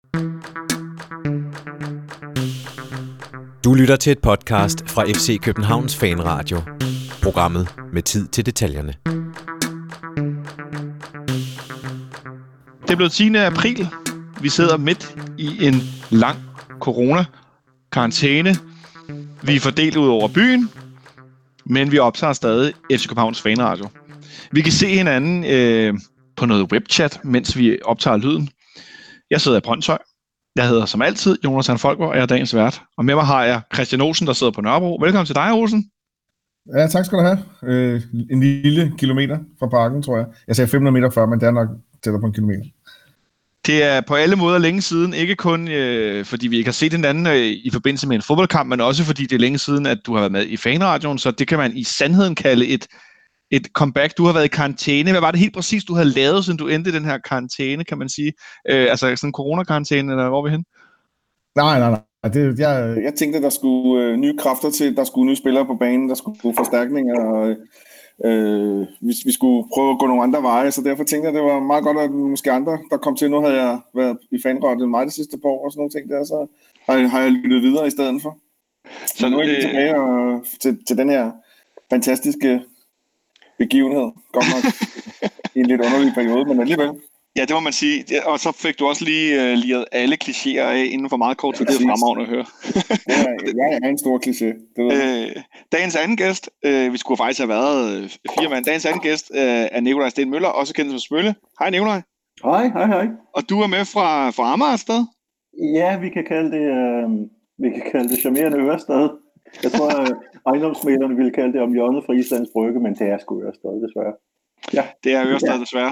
Du lytter til et podcast fra FC Københavns Fanradio. Programmet med tid til detaljerne. Det er blevet 10. april. Vi sidder midt i en lang corona-karantæne. Vi er fordelt ud over byen, men vi optager stadig FC Københavns Fanradio. Vi kan se hinanden på noget webchat, mens vi optager lyden. Jeg sidder i Brøndshøj. Jeg hedder som altid Jonathan Folkgaard, og jeg er dagens vært. Og med mig har jeg Christian Olsen, der sidder på Nørrebro. Velkommen til dig, Olsen. Ja, tak skal du have. En lille kilometer fra parken, tror jeg. Jeg sagde 500 meter før, men det er nok tættere på en kilometer. Det er på alle måder længe siden. Ikke kun fordi vi ikke har set hinanden i forbindelse med en fodboldkamp, men også fordi det er længe siden, at du har været med i Fanradioen. Så det kan man i sandheden kalde et comeback. Du har været i karantæne. Hvad var det helt præcis, du havde lavet, siden du endte den her karantæne, kan man sige? Altså sådan en coronakarantæne, eller hvor er vi hen? Nej. Jeg tænkte, der skulle nye kræfter til, der skulle nye spillere på banen, der skulle forstærkninger, og vi skulle prøve at gå nogle andre veje, så derfor tænkte jeg, det var meget godt, at måske andre, der kom til. Nu havde jeg været i Fanradioen meget de sidste par år og sådan nogle ting der, så har jeg lyttet videre i stedet for. Så nu er jeg tilbage til den her fantastiske begivenhed. Godt nok i en lidt underlig periode, men alligevel. Ja, det må man sige. Og så fik du også lige liret alle klichéer af inden for meget kort tid. Det er fremragende at høre. Jeg er en stor kliché. Dagens anden gæst, vi skulle faktisk have været 4 mand. Dagens anden gæst er Nikolaj Sten Møller, også kendt som Smølle. Hej Nikolaj. Hej. Og du er med fra Amager sted? Ja, vi kan kalde det charmerende Ørestad. Jeg tror, ejendomsmæglerne ville kalde det om hjørnet fra Islands Brygge, men det er sgu Ørestad, desværre. Ja. Det er Ørestad, desværre.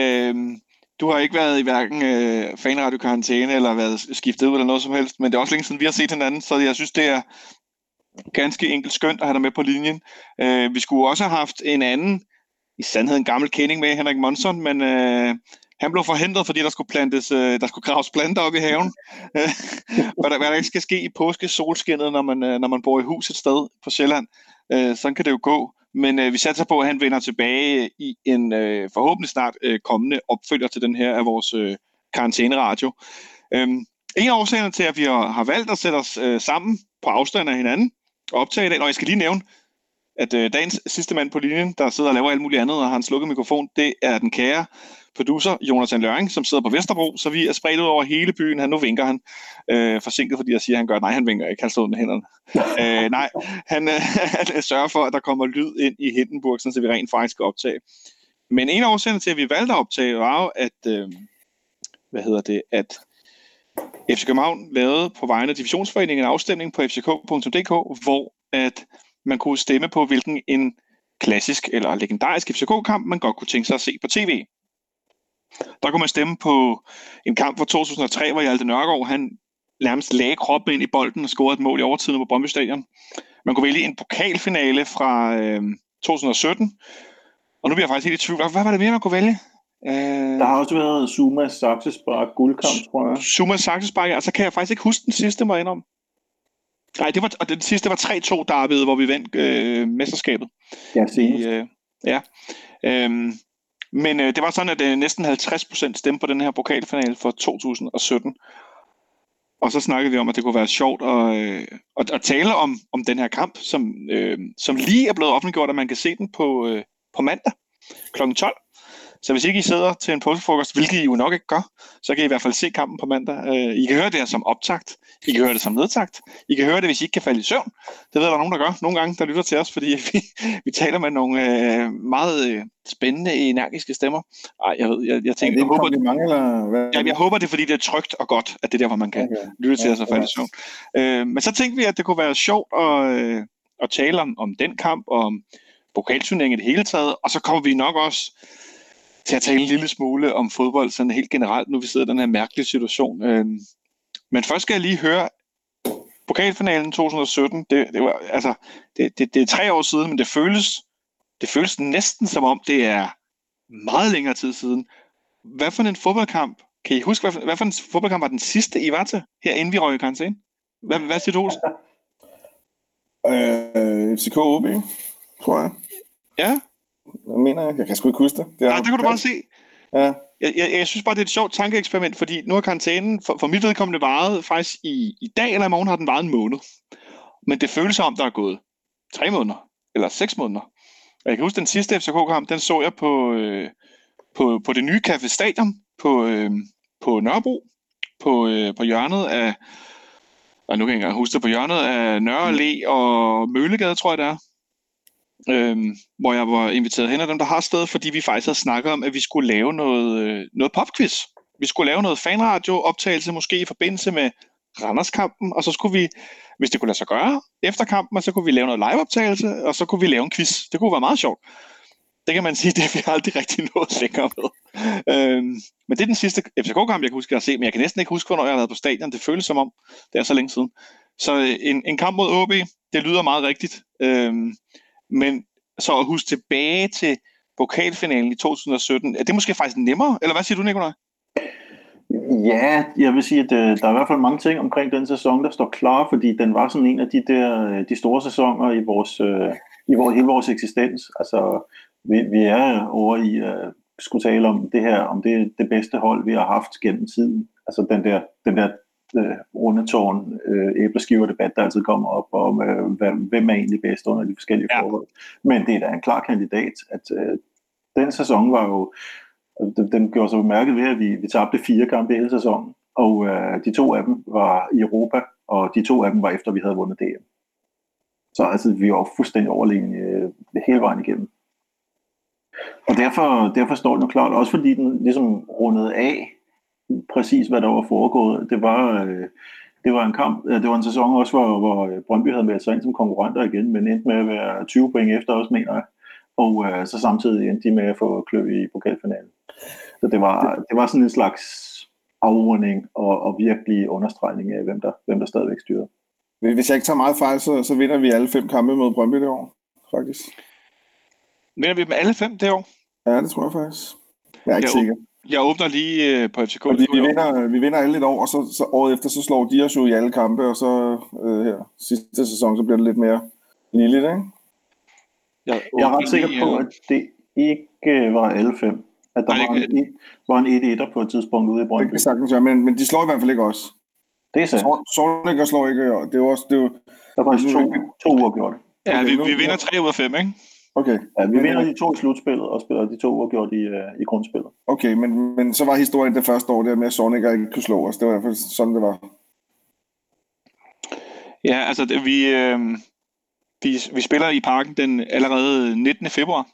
Du har ikke været i hverken fanradio-karantæne eller været skiftet ud eller noget som helst, men det er også længe siden, vi har set hinanden, så jeg synes, det er ganske enkelt skønt at have dig med på linjen. Vi skulle også have haft en anden, i sandhed en gammel kending med, Henrik Monson, men han blev forhindret, fordi der skulle graves planter op i haven. Hvad der ikke skal ske i påske solskinnet, når man bor i hus et sted på Sjælland. Sådan kan det jo gå. Men vi satser på, at han vender tilbage i en forhåbentlig snart kommende opfølger til den her af vores karantæneradio. En af årsagerne til, at vi har valgt at sætte os sammen på afstand af hinanden og optage i dag, og jeg skal lige nævne, at dagens sidste mand på linjen, der sidder og laver alt muligt andet og har en slukket mikrofon, det er den kære producer Jonathan Løring, som sidder på Vesterbro, så vi er spredt ud over hele byen. Nu vinker han forsinket, fordi jeg siger, at han gør. Nej, han vinker ikke. Han slår med hænderne. Nej, han sørger for, at der kommer lyd ind i Hindenburg, så vi rent faktisk skal optage. Men en af årsagerne til, at vi valgte at optage, var jo, at FC København lavede på vegne af Divisionsforeningen en afstemning på fck.dk, hvor at man kunne stemme på, hvilken en klassisk eller legendarisk FCK-kamp, man godt kunne tænke sig at se på tv. Der kunne man stemme på en kamp fra 2003, hvor Hjalte Nørgaard, han nærmest lagde kroppen ind i bolden og scorede et mål i overtiden på Brøndby Stadion. Man kunne vælge en pokalfinale fra 2017, og nu bliver jeg faktisk helt i tvivl. Hvad var det mere, man kunne vælge? Der har også været Zuma Saxespark guldkamp, tror jeg. Zuma Saxespark, altså kan jeg faktisk ikke huske den sidste, må jeg indrømme. Nej, den sidste var 3-2 derbyet, hvor vi vandt mesterskabet. Ja, Men det var sådan, at næsten 50% stemte på den her pokalfinale for 2017. Og så snakkede vi om, at det kunne være sjovt at tale om den her kamp, som lige er blevet offentliggjort, at man kan se den på mandag kl. 12. Så hvis ikke I sidder til en påskefrokost, hvilket I jo nok ikke gør, så kan I i hvert fald se kampen på mandag. I kan høre det her som optakt. I kan høre det som nedtakt. I kan høre det, hvis I ikke kan falde i søvn. Det ved der nogen, der gør. Nogle gange, der lytter til os, fordi vi taler med nogle meget spændende, energiske stemmer. Jeg tænker, jeg håber det er, fordi det er trygt og godt, at det er der, hvor man kan lytte til os og falde i søvn. Men så tænkte vi, at det kunne være sjovt at tale om den kamp, og om pokalturneringen i det hele taget, og så kommer vi nok også til at tale en lille smule om fodbold, sådan helt generelt, nu vi sidder i den her mærkelige situation. Men først skal jeg lige høre, pokalfinalen 2017, det er 3 år siden, men det føles næsten som om, det er meget længere tid siden. Hvad for en fodboldkamp, kan I huske, hvad for en fodboldkamp var den sidste, I var til, her inden vi røg i karantæne? Hvad siger du, Olsen? FCK OB, tror jeg. Ja. Hvad mener jeg? Jeg kan sgu ikke huske det. Nej, det kan du bare se. Ja. Jeg synes bare, det er et sjovt tankeeksperiment, fordi nu har karantænen for mit vedkommende varet faktisk i dag eller i morgen har den varet en måned. Men det føles som om, der er gået 3 måneder eller 6 måneder. Og jeg kan huske, den sidste FCK-kamp, den så jeg på det nye Café Stadion på Nørrebro, på hjørnet af, og nu kan jeg ikke engang huske det, på hjørnet af Nørre Allé og Møllegade, tror jeg det er. Hvor jeg var inviteret hen af dem, der har stedet, fordi vi faktisk havde snakket om, at vi skulle lave noget popquiz. Vi skulle lave noget fanradio-optagelse, måske i forbindelse med Randers-kampen, og så skulle vi, hvis det kunne lade sig gøre, efter kampen, og så kunne vi lave noget live-optagelse, og så kunne vi lave en quiz. Det kunne være meget sjovt. Det kan man sige, det vi aldrig rigtig nået længere med. Men det er den sidste FCK-kamp, jeg kan huske at se, men jeg kan næsten ikke huske, hvornår jeg har været på stadion. Det føles som om, det er så længe siden. Så en kamp mod AB, det lyder meget rigtigt. Men så at huske tilbage til pokalfinalen i 2017, er det måske faktisk nemmere? Eller hvad siger du, Nikolaj? Ja, jeg vil sige, at der er i hvert fald mange ting omkring den sæson, der står klar, fordi den var sådan en af de store sæsoner i hele vores eksistens. Altså, vi er over i skulle tale om det her, om det bedste hold, vi har haft gennem tiden. Altså den der rundetårn, æbleskiver-debat, der altid kommer op om, hvem er egentlig bedst under de forskellige forhold. Men det er da en klar kandidat, at den sæson var jo, den gjorde sig bemærket ved, at vi tabte 4 kampe hele sæsonen, og de 2 af dem var i Europa, og de 2 af dem var efter, vi havde vundet DM. Så altså, vi var fuldstændig overlegne hele vejen igennem. Og derfor står det nu klart, også fordi den ligesom rundede af præcis, hvad der var foregået. Det var en kamp, det var en sæson også, hvor Brøndby havde meldt sig ind som konkurrenter igen, men endte med at være 20 point efter os, mener jeg. Og så samtidig endte de med at få klø i pokalfinalen. Så det var sådan en slags afrunding og virkelig understregning af, hvem der stadigvæk styrer. Hvis jeg ikke tager meget fejl, så vinder vi alle 5 kampe mod Brøndby det år, faktisk. Vinder vi dem alle 5 det år? Ja, det tror jeg faktisk. Jeg er ikke sikker. Jeg åbner lige på FCK. Fordi vi vinder alle et år, og så året efter, så slår de os jo i alle kampe, og så her, sidste sæson, så bliver det lidt mere lille, ikke? Jeg er ret sikker på, at det ikke var alle 5. At der var en 1-1'er på et tidspunkt ude i Brøndby. Det kan sagtens være, men de slår i hvert fald ikke os. Det er sandt. Sornikker slår ikke, og det er jo også... Der var faktisk 2 uafgjort. Ja, vi vinder 3 ud af 5, ikke? Okay. Ja, vi vinder de 2 i slutspillet, og spiller de 2 uafgjort i grundspillet. Okay, men så var historien det første år, der med at Sornikker ikke kunne slå os. Det var i hvert fald sådan, det var. Ja, altså vi spiller i Parken den allerede 19. februar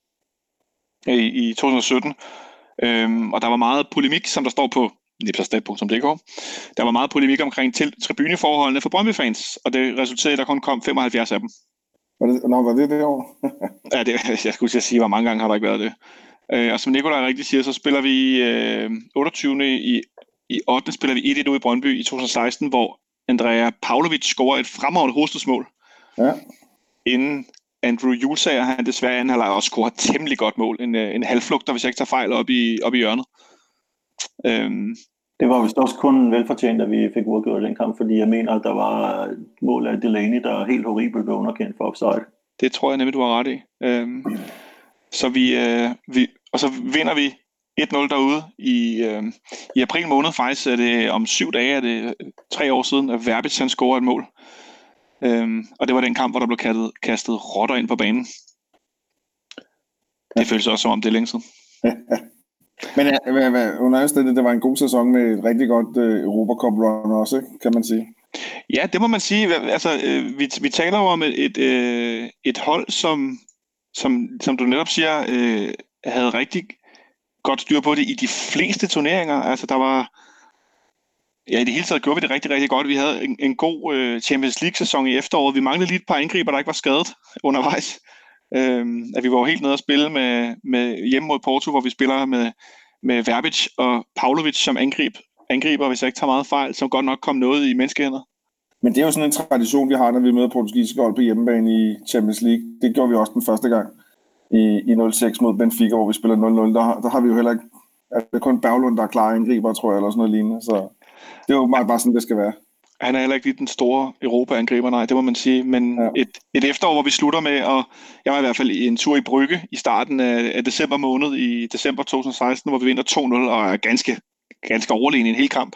i 2017. Og der var meget polemik, som der står på nipsastat.dk. Der var meget polemik omkring tribuneforholdene for Brøndby-fans, og det resulterede, at der kun kom 75 af dem. Var det år? Ja, jeg skulle sige, hvor mange gange har der ikke været det. Og som Nikolaj rigtig siger, så spiller vi 28. i 8. spiller vi 1-1 ude i Brøndby i 2016, hvor Andrea Pavlovic scorer et fremragende hovedstødsmål. Ja. Inden Andrew Julsager, han desværre anden halvleg også scorer temmelig godt mål. En halvflugter, hvis jeg ikke tager fejl, op i hjørnet. Det var vist også kun velfortjent, at vi fik uafgjort den kamp, fordi jeg mener, at der var et mål af Delaney, der er helt horribelt blev underkendt for offside. Det tror jeg nemlig, du har ret i. Så og så vinder vi 1-0 derude i april måned. Faktisk er det om 7 dage, er det 3 år siden, at Verbitz han scorer et mål. Og det var den kamp, hvor der blev kastet rotter ind på banen. Det føles også som om det er længe siden. Men under andet det var en god sæson med et rigtig godt Europa Cup run også, ikke? Kan man sige. Ja, det må man sige. Altså, vi taler jo om et hold, som du netop siger, havde rigtig godt styr på det i de fleste turneringer. Altså, der var... Ja, i det hele taget gjorde vi det rigtig, rigtig godt. Vi havde en god Champions League-sæson i efteråret. Vi manglede lige et par angriber, der ikke var skadet undervejs. At vi var jo helt nede at spille med hjemme mod Porto, hvor vi spiller med Verbic og Pavlovic som angriber, hvis jeg ikke tager meget fejl, som godt nok kom noget i menneskehænder. Men det er jo sådan en tradition, vi har, når vi møder portugisiske hold på hjemmebane i Champions League. Det gjorde vi også den første gang i 06 mod Benfica, hvor vi spiller 0-0. Der har vi jo heller ikke... Det er kun Berglund, der er klare angriber, tror jeg, eller sådan noget lignende. Så det er jo bare sådan, det skal være. Han er heller ikke lige den store Europa-angriber, nej, det må man sige. Men et efterår, hvor vi slutter med, og jeg var i hvert fald i en tur i Brygge i starten af december måned i december 2016, hvor vi vinder 2-0 og er ganske overlegen i en hel kamp.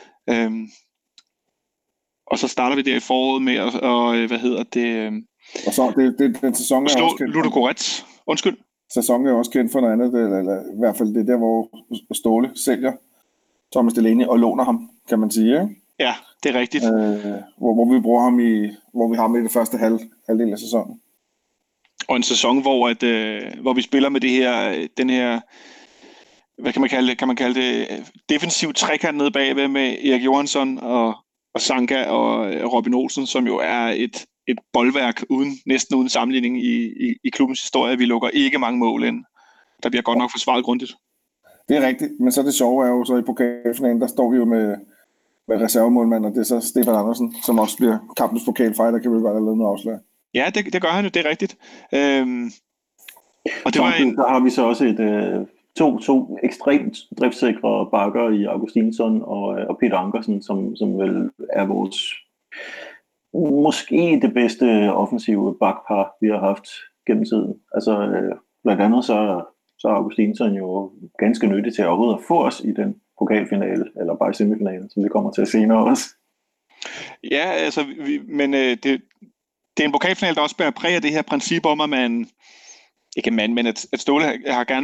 Og så starter vi der i foråret med at og så den sæson er også kendt. Ludogorets. Undskyld. Sæsonen er også kendt for noget andet, eller i hvert fald det der, hvor Ståle sælger Thomas Delaney og låner ham, kan man sige, ikke? Ja, det er rigtigt. Hvor vi bruger ham hvor vi har ham i det første halvdel af sæsonen. Og en sæson, hvor vi spiller med den her, hvad kan man kalde det, defensiv trekant nede bagved med Erik Johansson og Sanka og Robin Olsen, som jo er et boldværk næsten uden sammenligning i klubbens historie. Vi lukker ikke mange mål ind. Der bliver godt nok forsvaret grundigt. Det er rigtigt, men så det sjove er jo så i pokalfinalen, der står vi jo med reservemålmand, og det er så Stefan Andersen, som også bliver kampens pokalfighter, kan vi godt have lavet noget afslag. Ja, det gør han jo, det er rigtigt. Og det var der har vi så også to ekstremt driftsikre bakker i Augustinsson og Peter Ankersen, som vel er vores måske det bedste offensive bakpar, vi har haft gennem tiden. Altså blandt andet så er Augustinsson jo ganske nyttig til at overhovedet at få os i den pokalfinale, eller bare i semifinalen, som vi kommer til senere også. Ja, altså, men det er en pokalfinale, der også bærer præg af det her princip om, at at Ståle har gerne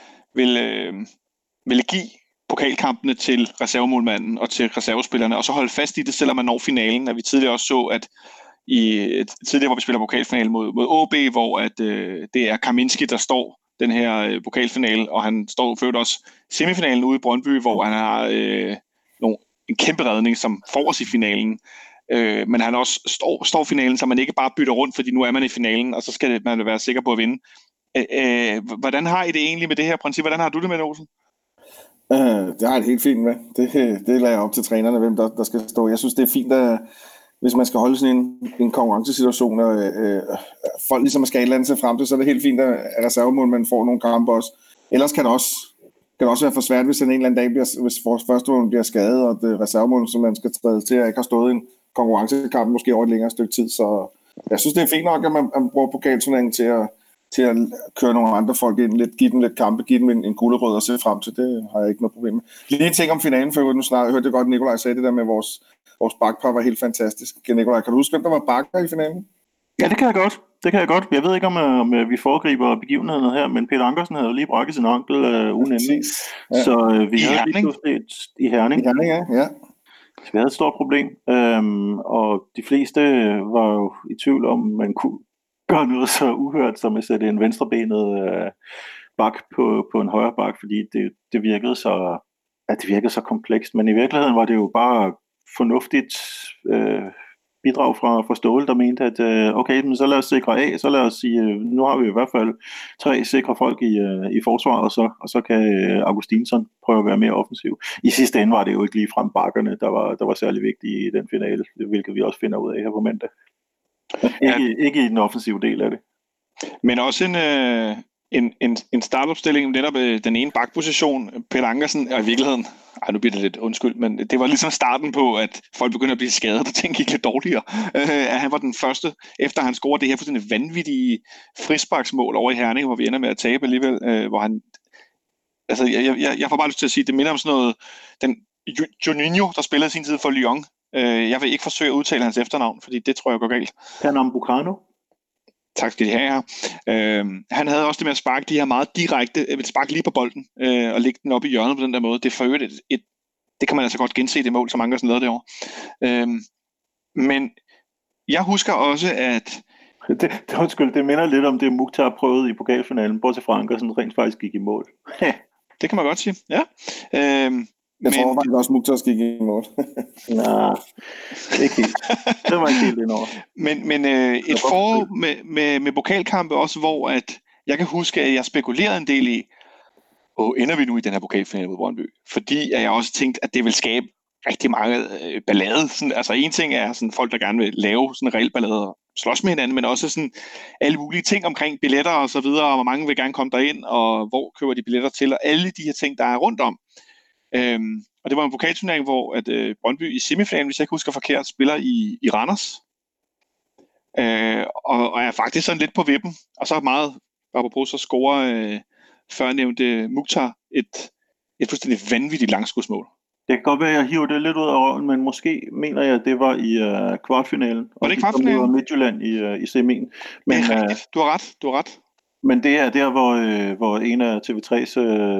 vil give pokalkampene til reservemålmanden og til reservespillerne, og så holde fast i det, selvom man når finalen. At vi tidligere også så, at hvor vi spiller pokalfinale mod AB, hvor det er Kaminski, der står den her pokalfinale, og han står ført også semifinalen ude i Brøndby, hvor han har en kæmpe redning, som får os i finalen. Men han også står finalen, så man ikke bare bytter rundt, fordi nu er man i finalen, og så skal man være sikker på at vinde. Hvordan har I det egentlig med det her princip? Hvordan har du det med det, Olsen? Det har jeg helt fint med. Det lader jeg op til trænerne, hvem der skal stå. Jeg synes, det er fint, at hvis man skal holde sådan en konkurrencesituation, og folk ligesom skal et eller andet sig frem til, så er det helt fint, at reservemålmanden får nogle kampe også. Ellers kan det også være for svært, hvis en eller anden dag hvis førstemålen bliver skadet, og det reservemålen, som man skal træde til, og ikke har stået i en konkurrencekamp måske over et længere stykke tid. Så jeg synes, det er fint nok, at man bruger pokalturneringen til at køre nogle andre folk ind, give dem lidt kampe, give dem en gulerod og se frem til. Det har jeg ikke noget problem med. Lige en ting om finalen, for nu snart hørte jeg godt, at Nikolaj sagde det der med vores bakpar var helt fantastisk. Nikolaj, kan du huske, hvem der var bakker i finalen? Ja, det kan jeg godt. Jeg ved ikke, om vi foregriber begivenheden her, men Peter Ankersen havde jo lige brækket sin onkel ugen inden. Ja. Så vi havde lige i Herning. Ja. Så vi havde et stort problem, og de fleste var jo i tvivl om, man kunne gøre noget så uhørt, som at sætte en venstrebenet bak på en højre bak, fordi det virkede så komplekst, men i virkeligheden var det jo bare fornuftigt bidrag fra Ståle, der mente, at okay, men så lad os sikre af, så lad os sige, nu har vi i hvert fald 3 sikre folk i forsvaret, og så kan Augustinsson prøve at være mere offensiv. I sidste ende var det jo ikke ligefrem bakkerne, der var særlig vigtige i den finale, hvilket vi også finder ud af her på mandag. Ikke i den offensive del af det. Men også en startopstilling, netop den ene bakposition, Peter Ankersen, og i virkeligheden, nu bliver det lidt undskyld, men det var ligesom starten på, at folk begynder at blive skadet, og ting gik lidt dårligere. At han var den første, efter han scorede det her fuldstændig vanvittige frisparksmål over i Herning, hvor vi ender med at tabe alligevel, hvor han, altså jeg får bare lyst til at sige, det minder om sådan noget, den Juninho, der spillede sin tid for Lyon. Jeg vil ikke forsøge at udtale hans efternavn, fordi det tror jeg går galt. Pernambucano. Tak skal de have her. Han havde også det med at sparke de her meget direkte, sparke lige på bolden, og lægge den op i hjørnet på den der måde. Det er for øvrigt det kan man altså godt gense det mål, som Ankersen lavede derovre. Men jeg husker også, at det minder lidt om det, Mukhtar prøvede i pokalfinalen, bortset fra Ankersen rent faktisk gik i mål. Det kan man godt sige, ja. Jeg tror faktisk også, Mukhtar gik i mål. Nej, ikke helt. Det var ikke helt indover. Men et forår med pokalkampe også, hvor at jeg kan huske, at jeg spekulerede en del i, ender vi nu i den her pokalfinale mod Brøndby? Fordi at jeg også tænkte, at det vil skabe rigtig mange ballade. Sådan, altså en ting er sådan folk, der gerne vil lave sådan en reel ballade og slås med hinanden, men også sådan alle mulige ting omkring billetter og så videre, og hvor mange vil gerne komme derind, og hvor køber de billetter til, og alle de her ting, der er rundt om. Og det var en pokalturnering, hvor at Brøndby i semifinalen, hvis jeg ikke husker forkert, spiller i Randers. Og er faktisk sådan lidt på vippen. Og så meget, apropos, så scorer førnævnte Mukhtar et fuldstændig vanvittigt langskudsmål. Det kan godt være, at jeg hiver det lidt ud af røven, men måske mener jeg, at det var i kvartfinalen. Var det ikke kvartfinalen? Og Midtjylland i semien. Men det er rigtigt. Du har ret. Men det er der, hvor en af TV3's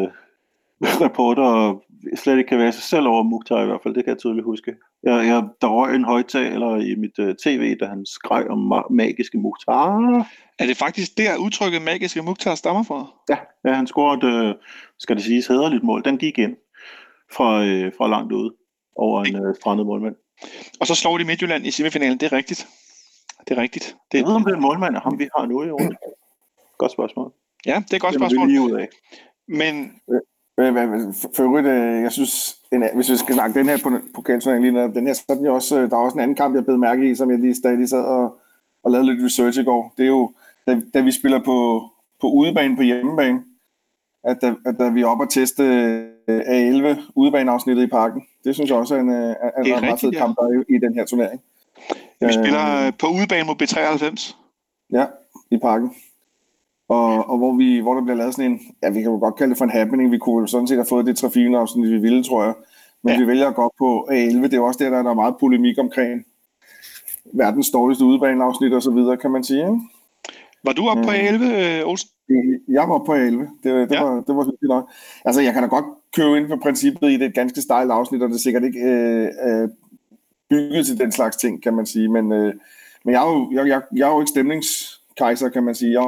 reporter slet ikke kan være sig selv over Mukhtar i hvert fald. Det kan jeg tydeligt huske. Der røg en højtaler i mit tv, da han skreg om magiske Mukhtar. Er det faktisk der udtrykket magiske Mukhtar stammer fra? Ja, han scorede, skal det siges, hæderligt mål. Den gik ind fra langt ude over en strandet målmand. Og så slår de Midtjylland i semifinalen. Det er rigtigt. Jeg ved, om det er en målmand af ham, vi har nu i år. Godt spørgsmål. Ja, det er et godt spørgsmål. Lige ud af. Men for øvrigt, jeg synes, hvis vi skal snakke den her pokalturnering lige nu, den her, så er den jo også, der er også en anden kamp, jeg blev mærke i, som jeg lige stadig sad og lavede lidt research i går. Det er jo, da vi spiller på udebane på hjemmebane, at da vi er oppe og teste A11 udebaneafsnittet i Parken. Det synes jeg også er en meget fed kamp, der er i den her turnering. Vi spiller på udebane mod B93. Ja, i Parken. Og hvor der bliver lavet sådan en, ja, vi kan jo godt kalde det for en happening. Vi kunne jo sådan set have fået det trafikafsnit, vi ville, tror jeg. Men vi vælger at gå op på A11. Det er også der er meget polemik omkring verdens dårligste udebaneafsnit og så videre, kan man sige. Ikke? Var du oppe på A11, Olsen? Jeg var oppe på A11. Det var hyggeligt nok. Altså, jeg kan da godt købe ind på princippet i det ganske stejlt afsnit, og det er sikkert ikke bygget til den slags ting, kan man sige. Men jeg er jo ikke stemningskejser, kan man sige. Jeg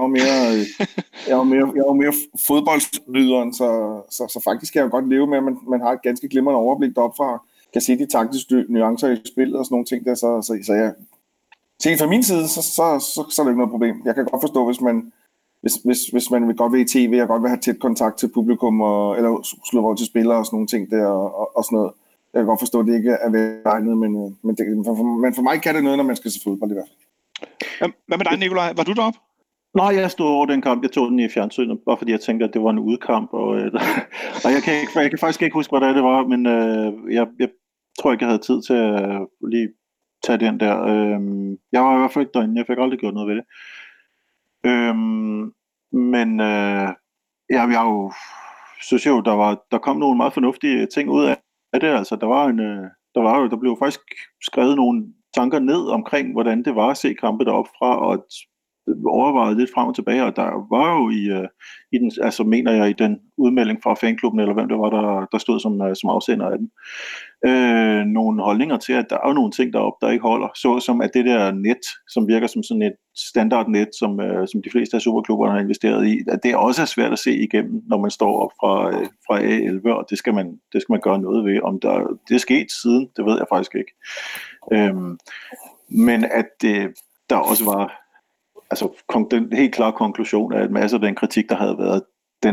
er jo mere fodboldnyderen, så faktisk kan jeg jo godt leve med, at man har et ganske glimrende overblik deroppe fra, kan se de taktiske nuancer i spillet og sådan nogle ting der, så jeg set fra min side, så er det ikke noget problem. Jeg kan godt forstå, hvis man vil godt være i tv og godt vil have tæt kontakt til publikum eller slå over til spillere og sådan nogle ting der og sådan noget. Jeg kan godt forstå, at det ikke er egnet, men for mig kan det noget, når man skal se fodbold i hvert fald. Hvad med dig, Nikolaj? Var du deroppe? Nej, jeg stod over den kamp. Jeg tog den i fjernsynet, bare fordi jeg tænker, at det var en udekamp. Og jeg kan faktisk ikke huske, hvad det var, men jeg tror ikke, jeg havde tid til at lige tage den der. Jeg var i hvert fald ikke derinde. Jeg fik aldrig gjort noget ved det. Men jeg jo synes jo, der kom nogle meget fornuftige ting ud af det. Altså, der blev faktisk skrevet nogle tanker ned omkring, hvordan det var at se kampe deroppe fra, og overvejet lidt frem og tilbage, og der var jo i den, altså mener jeg, i den udmelding fra fanklubben, eller hvem det var, der stod som afsender af den, nogle holdninger til, at der er jo nogle ting deroppe, der ikke holder, såsom at det der net, som virker som sådan et standardnet, som de fleste af superklubberne har investeret i, at det også er svært at se igennem, når man står op fra A11, og det skal man gøre noget ved. Om det er sket siden, det ved jeg faktisk ikke. Men at der også var den helt klare konklusion af, at masser af den kritik, der havde været,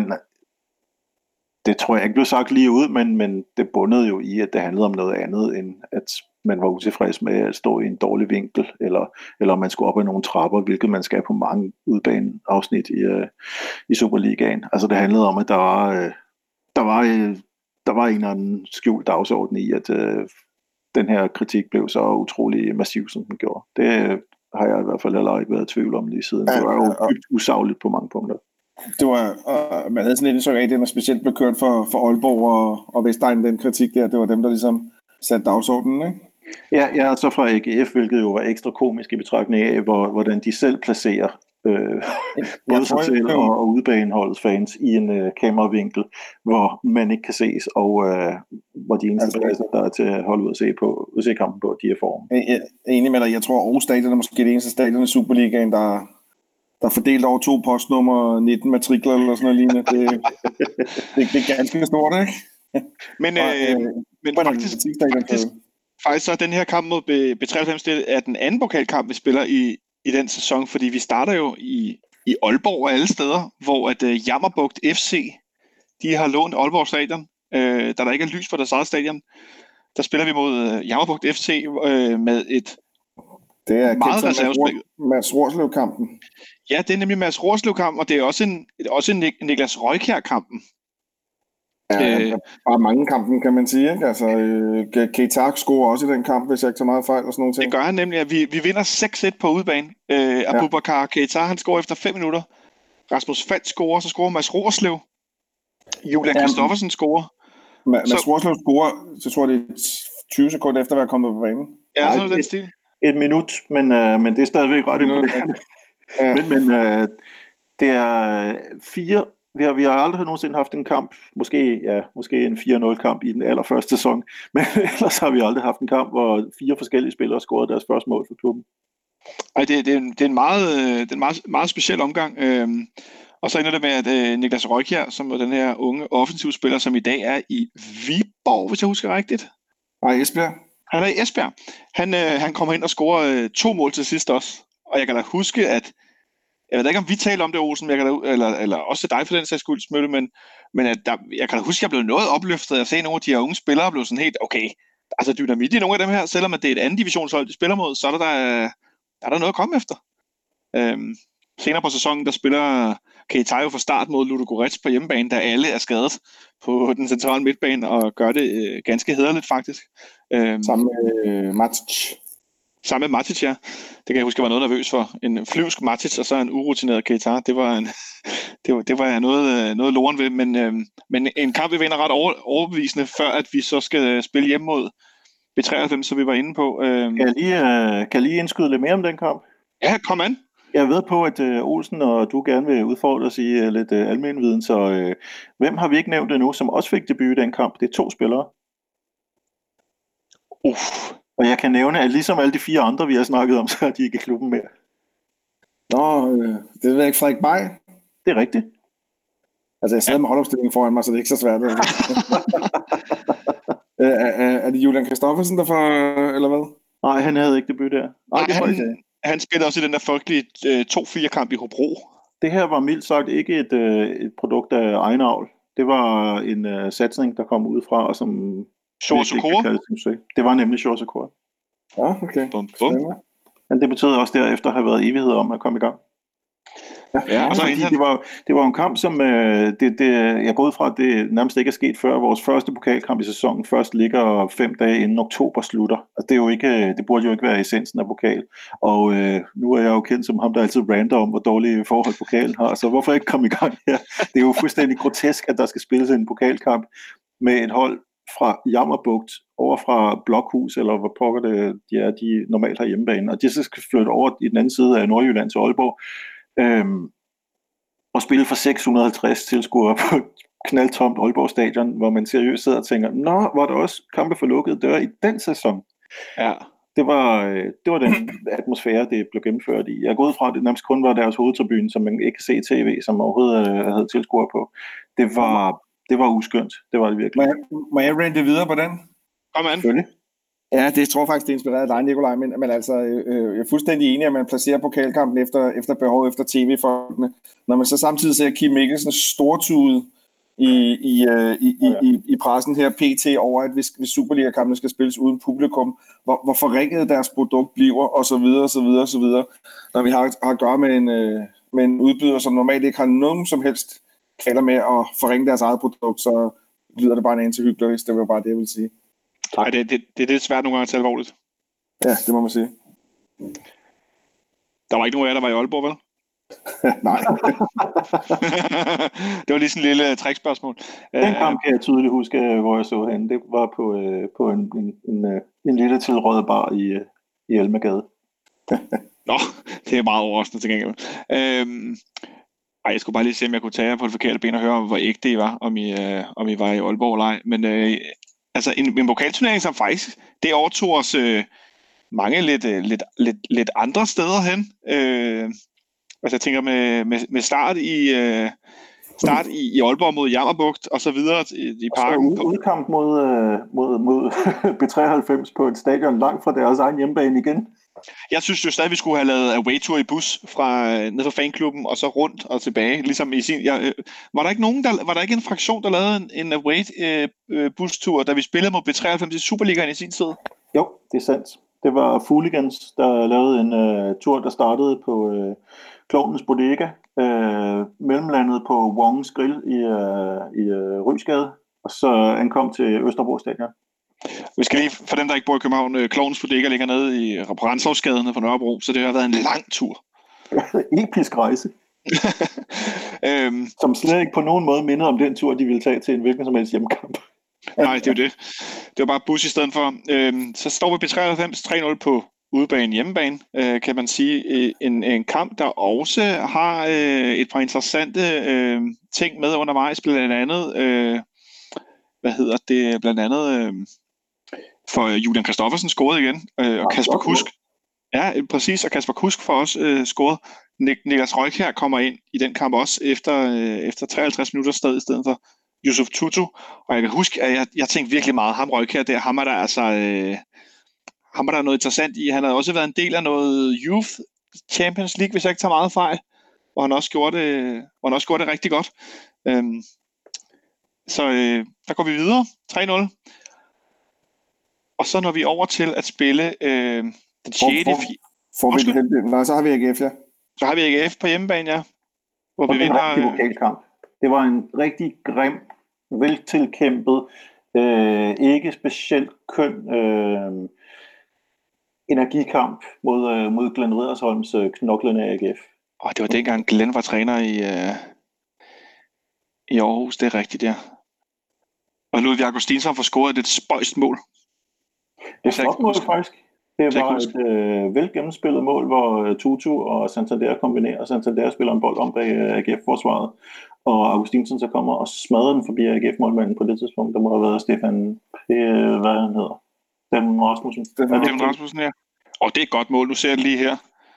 det tror jeg ikke blev sagt lige ud, men det bundede jo i, at det handlede om noget andet, end at man var utilfreds med at stå i en dårlig vinkel, eller man skulle op ad nogle trapper, hvilket man skal på mange udbaneafsnit i Superligaen. Altså det handlede om, at der var en eller anden skjult dagsorden i, at den her kritik blev så utrolig massiv, som den gjorde. Det har jeg i hvert fald heller ikke været i tvivl om lige siden. Det var jo dybt usagligt på mange punkter. Det var, man havde sådan lidt indtryk af, at den specielt blev kørt for Aalborg og Vestegn, den kritik der. Det var dem, der ligesom satte dagsordenen, ikke? Ja, så fra AGF, hvilket jo var ekstra komisk i betragtning af, hvordan de selv placerer både sig selv og udebaneholdets fans i en kameravinkel, hvor man ikke kan ses, og hvor de eneste pladser, der er til at holde ud og se kampen på, de er form. Jeg er enig med dig. Jeg tror, Aarhus Stadion er måske det eneste stadion i Superligaen, der er fordelt over 2 postnummer, 19 matrikler eller sådan noget lignende. Det er ganske stort, ikke? Men faktisk så er den her kamp mod B93 er den anden pokalkamp, vi spiller i den sæson, fordi vi starter jo i Aalborg og alle steder, hvor at Jammerbugt FC, de har lånt Aalborg Stadion, da der ikke er lys på deres eget stadion. Der spiller vi mod Jammerbugt FC med et meget reservespil. Mads Rorslev-kampen. Ja, det er nemlig Mads Rorslev-kampen, og det er også en Niklas Røjkjær-kampen. Ja, bare mange kampen, kan man sige, ikke? Altså, Keita scorer også i den kamp, hvis jeg ikke tager meget fejl og sådan noget. Det gør han nemlig, at vi vinder 6-1 på udebane. Abubakar Keita, han scorer efter 5 minutter. Rasmus Falk scorer, så scorer Mads Roerslev. Julian Kristoffersen scorer. Mads Roerslev scorer, så tror jeg, det er 20 sekunder efter at være kommet på banen. Ja, sådan den stil. Et minut, men det er stadigvæk ret imponerende. Ja. Men det er 4. Vi har aldrig nogensinde haft en kamp, måske en 4-0-kamp i den allerførste sæson, men ellers har vi aldrig haft en kamp, hvor 4 forskellige spillere scorede deres første mål for klubben. Ej, det er en meget speciel omgang. Og så ender det med, at Niklas Røykjær, som er den her unge offensivspiller, som i dag er i Viborg, hvis jeg husker rigtigt. Nej, Esbjerg. Han er i Esbjerg. Han kommer ind og scorer 2 mål til sidst også. Og jeg kan da huske, at jeg ved ikke, om vi taler om det, Olsen, eller også til dig for den sags skyld, Smølle, men at jeg kan da huske, at jeg blev noget opløftet at se nogle af de her unge spillere blev sådan helt, okay, altså dynamit i nogle af dem her, selvom at det er et andet divisionshold, de spiller mod, så er der noget at komme efter. Senere på sæsonen, der spiller Keita jo fra start mod Ludogorets på hjemmebane, da alle er skadet på den centrale midtbane, og gør det ganske hæderligt faktisk. Sammen med Matic. Sammen med Matic, ja. Det kan jeg huske, jeg var noget nervøs for. En flyvsk Matic, og så en urutineret Keita. Det var jeg noget loren ved, men en kamp, vi vinder ret overbevisende, før at vi så skal spille hjem mod B93, så vi var inde på. Kan jeg lige indskyde lidt mere om den kamp? Ja, kom an. Jeg ved på, at Olsen og du gerne vil udfordre os i lidt almenviden, så hvem har vi ikke nævnt endnu, som også fik debut i den kamp? Det er 2 spillere. Og jeg kan nævne, at ligesom alle de 4 andre, vi har snakket om, så er de ikke i klubben mere. Nå, det ved jeg ikke, Frederik Bay. Det er rigtigt. Altså, jeg sidder med holdopstillingen foran mig, så det er ikke så svært. Er det Julian Kristoffersen, der får, eller hvad? Nej, han havde ikke debut der. Nej, han spillede også i den der frygtelige 2-4-kamp i Hobro. Det her var mildt sagt ikke et produkt af egen avl. Det var en satsning, der kom udefra, og som... Det var nemlig Shores Okora. Ja, okay. Bum. Men det betød også derefter at have været evighed om at komme i gang. Ja, og så det var en kamp, som jeg går ud fra, at det nærmest ikke er sket før vores første pokalkamp i sæsonen først ligger 5 dage inden oktober slutter. Altså, det burde jo ikke være essensen af pokal. Og nu er jeg jo kendt som ham, der altid rander om, hvor dårlige forhold pokalen har. Så hvorfor ikke komme i gang her? Det er jo fuldstændig grotesk, at der skal spilles en pokalkamp med et hold fra Jammerbugt over fra Blokhus, eller hvor pokker det de normalt har hjemmebane. Og de så skal flytte over i den anden side af Nordjylland til Aalborg. Og spille for 650 tilskuere på knaldtomt Aalborg Stadion, hvor man seriøst sidder og tænker, nå, var der også kampe for lukkede døre i den sæson? Ja. Det var den atmosfære, det blev gennemført i. Jeg går ud fra, at det nærmest kun var deres hovedtribune, som man ikke kan se i tv, som overhovedet havde tilskuere på. Det var uskyndt. Det var det virkelig. Må jeg rente videre på den? Kom an. Selvfølgelig. Ja, det tror jeg faktisk, det er inspireret af dig, Nikolaj, men altså, jeg er fuldstændig enig, at man placerer pokalkampen efter behov, efter tv-folkene. Når man så samtidig ser Kim Mikkelsens stortude i pressen her, PT, over, at hvis Superliga-kampene skal spilles uden publikum, hvor forringet deres produkt bliver, og så videre, og så videre, og så videre. Når vi har at gøre med en udbyder, som normalt ikke har nogen som helst kalder med at forringe deres eget produkt, så lyder det bare en anelse hyggeligt. Det var bare det, jeg vil sige. Ej, det er lidt svært nogle gange at tage alvorligt. Ja, det må man sige. Der var ikke nogen af jer, der var i Aalborg, vel? Nej. Det var lige sådan en lille trickspørgsmål. Den kamp kan jeg tydeligt huske, hvor jeg så henne. Det var på en lille tilrådet bar i Almegade. Nå, det er meget overraskende til gengæld. Jeg skulle bare lige se, om jeg kunne tage jer på det forkerte ben og høre, hvor ægte I var, om I var i Aalborg eller ej. Men altså en pokalturnering, som faktisk, det overtog os mange lidt andre steder hen. Altså jeg tænker med start i Aalborg mod Jammerbugt og så videre i parken. Og udkamp mod B93 på et stadion langt fra deres egen hjemmebane igen. Jeg synes jo stadig, vi skulle have lavet away-tour i bus ned fra fanklubben og så rundt og tilbage. Ligesom i sin, var der ikke en fraktion, der lavede en away-bustur, da vi spillede mod B93 i Superligaen i sin tid? Jo, det er sandt. Det var Fooligans, der lavede en tur, der startede på Klovnens Bodega, mellemlandet på Wongs Grill i Rysgade, og så ankom til Østerbro Stadion. Vi skal lige, for dem, der ikke bor i København, Klovens Bodega ligger nede på Renshavsgaden for Nørrebro, så det har været en lang tur. Episk rejse. Som slet ikke på nogen måde minder om den tur, de ville tage til en hvilken som helst hjemmekamp. Nej, det er jo det. Det var bare bus i stedet for. Så står vi på 93-3-0 på udebane hjemmebane, kan man sige. En kamp, der også har et par interessante ting med undervejs, blandt andet, for Julian Kristoffersen scorede igen, og Kasper Kusk. Ja, præcis, og Kasper Kusk får også scoret. Niklas Røjkjær kommer ind i den kamp også efter 53 minutter sted i stedet for Yusuf Tutu. Og jeg kan huske, at jeg tænkte virkelig meget, ham Røjkjær der, ham er der noget interessant i. Han har også været en del af noget Youth Champions League, hvis jeg ikke tager meget fejl, hvor han også gjorde det rigtig godt. Så der går vi videre, 3-0. Og så når vi over til at spille den 6. Så har vi AGF, ja. Så har vi AGF på hjemmebane, ja. Hvor vi vinder en pokalkamp. Det var en rigtig grim, veltilkæmpet, ikke specielt køn energikamp mod Glenn Riddersholms knoklende AGF. Og det var dengang Glenn var træner i Aarhus, det er rigtigt, ja. Og Ludvig Augustinsson får scoret et spøjst mål. Det er flot mål, faktisk. Det var et vel gennemspillet mål, hvor Tutu og Santander kombinerer. Santander spiller en bold om bag AGF-forsvaret, og Augustinsson så kommer og smadrer den forbi AGF-målmanden på det tidspunkt. Der må have været Stefan, hvad han hedder? Stefan Rasmussen. Stefan Rasmussen, ja. Og det er et godt mål, nu ser jeg det lige her.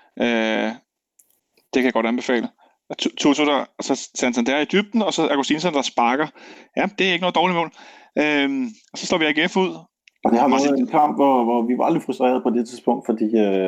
Det kan jeg godt anbefale. Tutu der, og så Santander i dybden, og så Augustinsson der sparker. Ja, det er ikke noget dårligt mål. Og så slår vi AGF ud. Og det har været en kamp, hvor vi var lidt frustrerede på det tidspunkt, fordi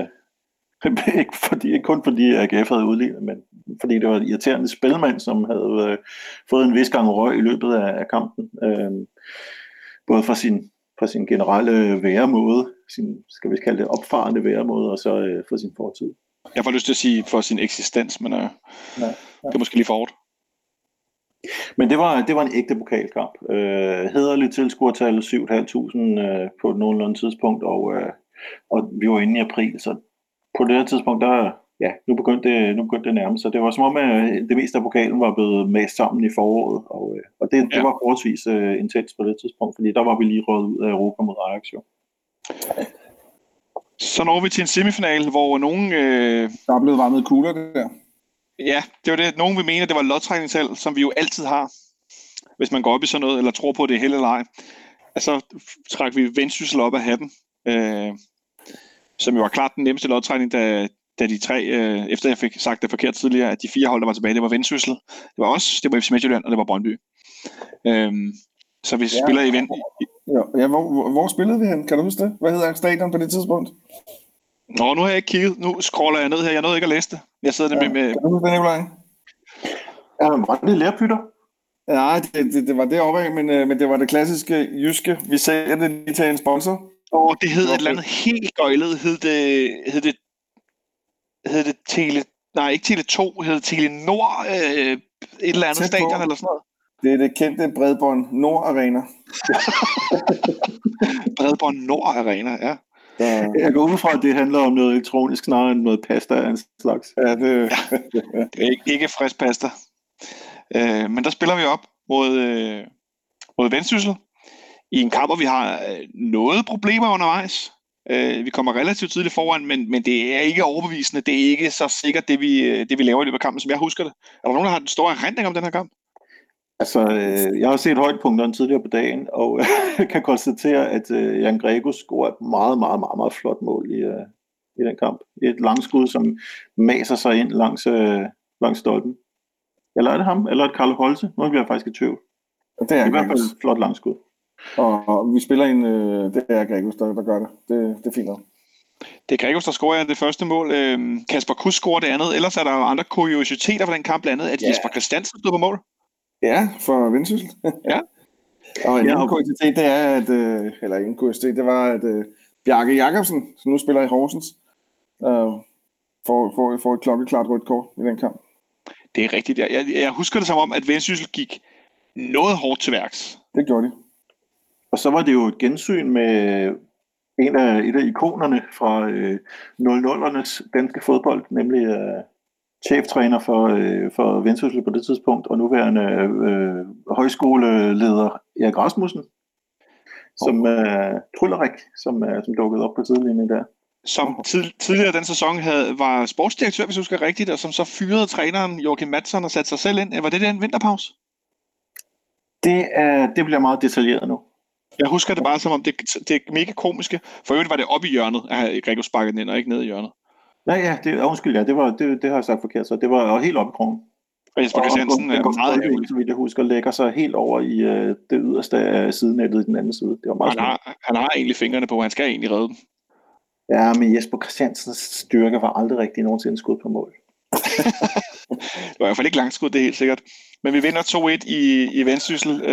ikke kun fordi AGF havde udlignet, men fordi det var en irriterende spilmand, som havde fået en vis gang røg i løbet af kampen. Både fra sin generelle væremåde, sin, skal vi kalde det, opfarende væremåde, og så for sin fortid. Jeg får lyst til at sige for sin eksistens, men det er måske lige for hårdt. Men det var en ægte pokalkamp. Hæderligt tilskuertal 7.500 på et nogenlunde tidspunkt, og vi var inde i april, så på det her tidspunkt, nu begyndte det nærmest. Så det var som om, at det meste af pokalen var blevet mast sammen i foråret, og det var forholdsvis intens på det tidspunkt, fordi der var vi lige røget ud af Europa mod Ajax. Så når vi til en semifinal, hvor nogen... Der er blevet varmet kugler, det der. Ja, det var det. Nogen vil mene, at det var lodtrækningsheld, som vi jo altid har, hvis man går op i sådan noget, eller tror på, det er held eller ej. Altså trækker vi Vendsyssel op af hatten, som jo var klart den nemmeste lodtrækning, da de tre, efter jeg fik sagt det forkert tidligere, at de 4 hold, der var tilbage, det var Vendsyssel, det var os, det var FC Midtjylland, og det var Brøndby. Så vi spiller i Vend... Ja, hvor spillede vi hen? Kan du huske det? Hvad hedder stadion på det tidspunkt? Nå, nu har jeg ikke kigget. Nu scroller jeg ned her. Jeg nåede ikke at læse det. Jeg sidder nemlig med... Kan du huske det, Nikolaj? Ja, var det Lærpytter? Ja, det var deroppe af, men det var det klassiske jyske. Vi sælger det lige til en sponsor. Det hed et eller andet helt gøjlet. Hed det Tele... Nej, ikke Tele2. Hed det Telenor et eller andet stadion eller sådan noget. Det er det kendte Bredbånd Nord Arena. Bredbånd Nord Arena, ja. Jeg går ud fra, at det handler om noget elektronisk snarere end noget pasta af en slags. Ja, det er ikke frisk pasta. Men der spiller vi op mod Vendsyssel i en kamp, hvor vi har noget problemer undervejs. Vi kommer relativt tidligt foran, men det er ikke overbevisende. Det er ikke så sikkert, det vi laver i løbet af kampen, som jeg husker det. Er der nogen, der har en stor erindring om den her kamp? Altså, jeg har set højdepunkterne tidligere på dagen, og kan konstatere, at Jan Grego scorer et meget, meget, meget, meget flot mål i den kamp. Et langskud, som maser sig ind langs stolpen. Eller er det ham? Eller er det Karl Holte? Nu bliver jeg faktisk i tvivl. Det er i hvert fald et flot langskud. Og vi spiller det er Gregos, der gør det. Det er fint nok. Det er Gregos, der scorer det første mål. Kasper Kusk scorer det andet. Ellers er der jo andre kuriositeter for den kamp, blandt andet, at Jesper Christiansen stod på mål. Ja, for Vendsyssel. Ja. Og en anden kuriositet, det er, at... Eller en kuriositet, det var, at Bjarke Jacobsen, som nu spiller i Horsens, får et klokkeklart rødt kort i den kamp. Det er rigtigt. Jeg husker det som om, at Vendsyssel gik noget hårdt til værks. Det gjorde de. Og så var det jo et gensyn med et af ikonerne fra 00'ernes danske fodbold, nemlig cheftræner for Vendsyssel på det tidspunkt, og nuværende højskoleleder Erik Rasmussen, som Tryllerik, som dukkede op på sidelinjen der. Som tidligere den sæson var sportsdirektør, hvis du husker rigtigt, og som så fyrede træneren Joachim Madsen og satte sig selv ind. Var det den vinterpause? Det bliver meget detaljeret nu. Jeg husker det bare som om det er mega komiske. For øvrigt var det oppe i hjørnet, at Gregor sparkede den ind, og ikke ned i hjørnet. Ja, det har jeg sagt forkert, så det var helt oppe i krogen. Og Jesper Christiansen er meget ærgerlig. Så vidt jeg husker, lægger sig helt over i det yderste af sidenettet i den anden side. Det var meget han har egentlig fingrene på, han skal egentlig redde dem. Ja, men Jesper Christiansens styrke var aldrig rigtig nogensinde skud på mål. Det var i hvert fald ikke langt skud, det er helt sikkert. Men vi vinder 2-1 i Vendsyssel. 2-0,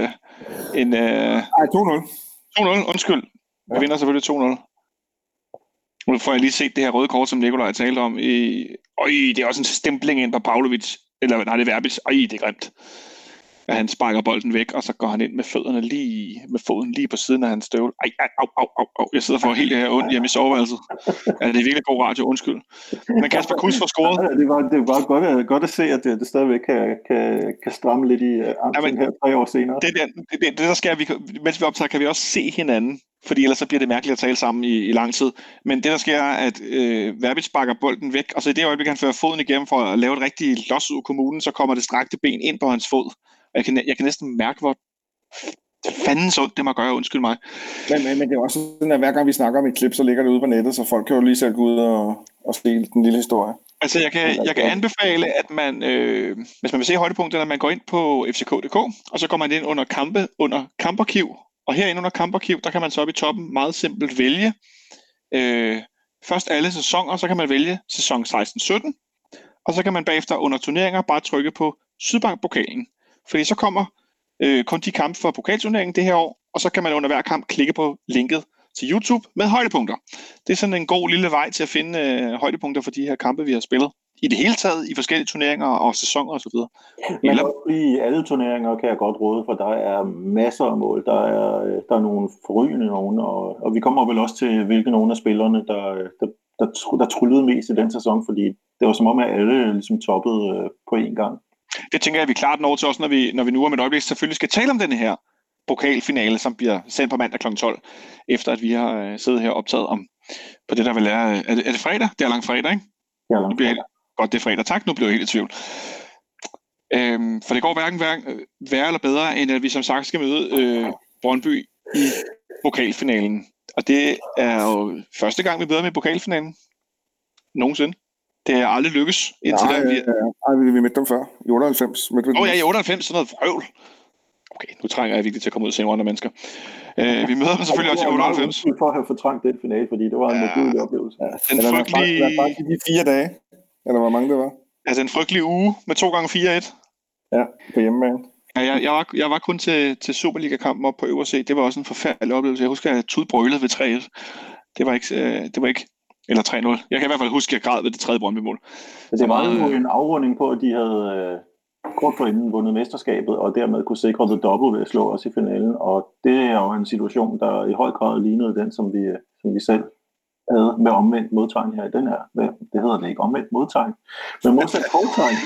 undskyld. Vi vinder selvfølgelig 2-0. Nu får jeg lige set det her røde kort, som Nikolaj talte om. Det er også en stempling ind på Pavlovic. Eller nej, det er Verbic. Det er grimt. At han sparker bolden væk, og så går han ind med foden lige på siden af hans støvle. Au. Jeg sidder for helt det her ondt hjemme i soveværelset. Det er virkelig god radio, undskyld. Men Kasper Kuss får scoret. Det var godt at se, at det stadigvæk kan stramme lidt i armen her 3 år senere. Det der sker, mens vi optager, kan vi også se hinanden. Fordi ellers så bliver det mærkeligt at tale sammen i lang tid. Men det der sker er, at Verbic sparker bolden væk, og så i det øjeblik, han fører foden igennem for at lave et rigtigt los ud af kommunen, så kommer det strakte ben ind på hans fod. Jeg kan næsten mærke, hvor fanden så det må gøre, undskyld mig. Men det er også sådan, at hver gang vi snakker om et klip, så ligger det ude på nettet, så folk kan jo lige selv gå ud og se den lille historie. Altså, jeg kan anbefale, at man, hvis man vil se højdepunkterne, at man går ind på fck.dk, og så går man ind under kamparkiv. Og herinde under kamparkiv, der kan man så op i toppen meget simpelt vælge først alle sæsoner, så kan man vælge sæson 16-17, og så kan man bagefter under turneringer bare trykke på Sydbank-pokalen. Fordi så kommer kun de kampe for pokalturneringen det her år, og så kan man under hver kamp klikke på linket til YouTube med højdepunkter. Det er sådan en god lille vej til at finde højdepunkter for de her kampe, vi har spillet. I det hele taget, i forskellige turneringer og sæsoner osv. Men i alle turneringer kan jeg godt råde, for der er masser af mål. Der er nogle forrygende nogen, og vi kommer vel også til, hvilke nogle af spillerne, der tryllede mest i den sæson, fordi det var som om, at alle ligesom toppede på én gang. Det tænker jeg, vi klart når til os, når vi nu om et øjeblik selvfølgelig skal tale om denne her pokalfinale, som bliver sendt på mandag kl. 12, efter at vi har siddet her optaget om på det, der vil er det fredag? Det er langt fredag, ikke? Ja, langt fredag. Godt, det er fredag. Tak, nu bliver jeg helt i tvivl. For det går hverken værre eller bedre, end at vi som sagt skal møde Brøndby i pokalfinalen. Og det er jo første gang, vi møder med pokalfinalen. Nogensinde. Det er aldrig lykkes indtil da. Vi mødte dem før. I 98. I 98, sådan noget vrøvl. Okay, nu trænger jeg virkelig til at komme ud og se nogle andre mennesker. Vi møder dem selvfølgelig også i 98. For at have fortrængt den finale, fordi det var en modbydelig oplevelse. Den frygtelige... Det var bare de 4 dage. Eller hvor mange det var? Altså en frygtelig uge med 2x4-1. Ja, på hjemmebane. Ja, jeg var kun til Superliga-kampen op på øverse. Det var også en forfærdelig oplevelse. Jeg husker, at jeg tudbrølede ved 3-1. Det var ikke eller 3-0. Jeg kan i hvert fald huske, at jeg græd ved det 3. Brøndby-mål. Det var jo en afrunding på, at de havde kort forinden vundet mesterskabet, og dermed kunne sikre det dobbelt ved at slå os i finalen. Og det er jo en situation, der i høj grad lignede den, som vi selv havde med omvendt modtegn her i den her. Det hedder det ikke omvendt modtegn, men modsat fortegn.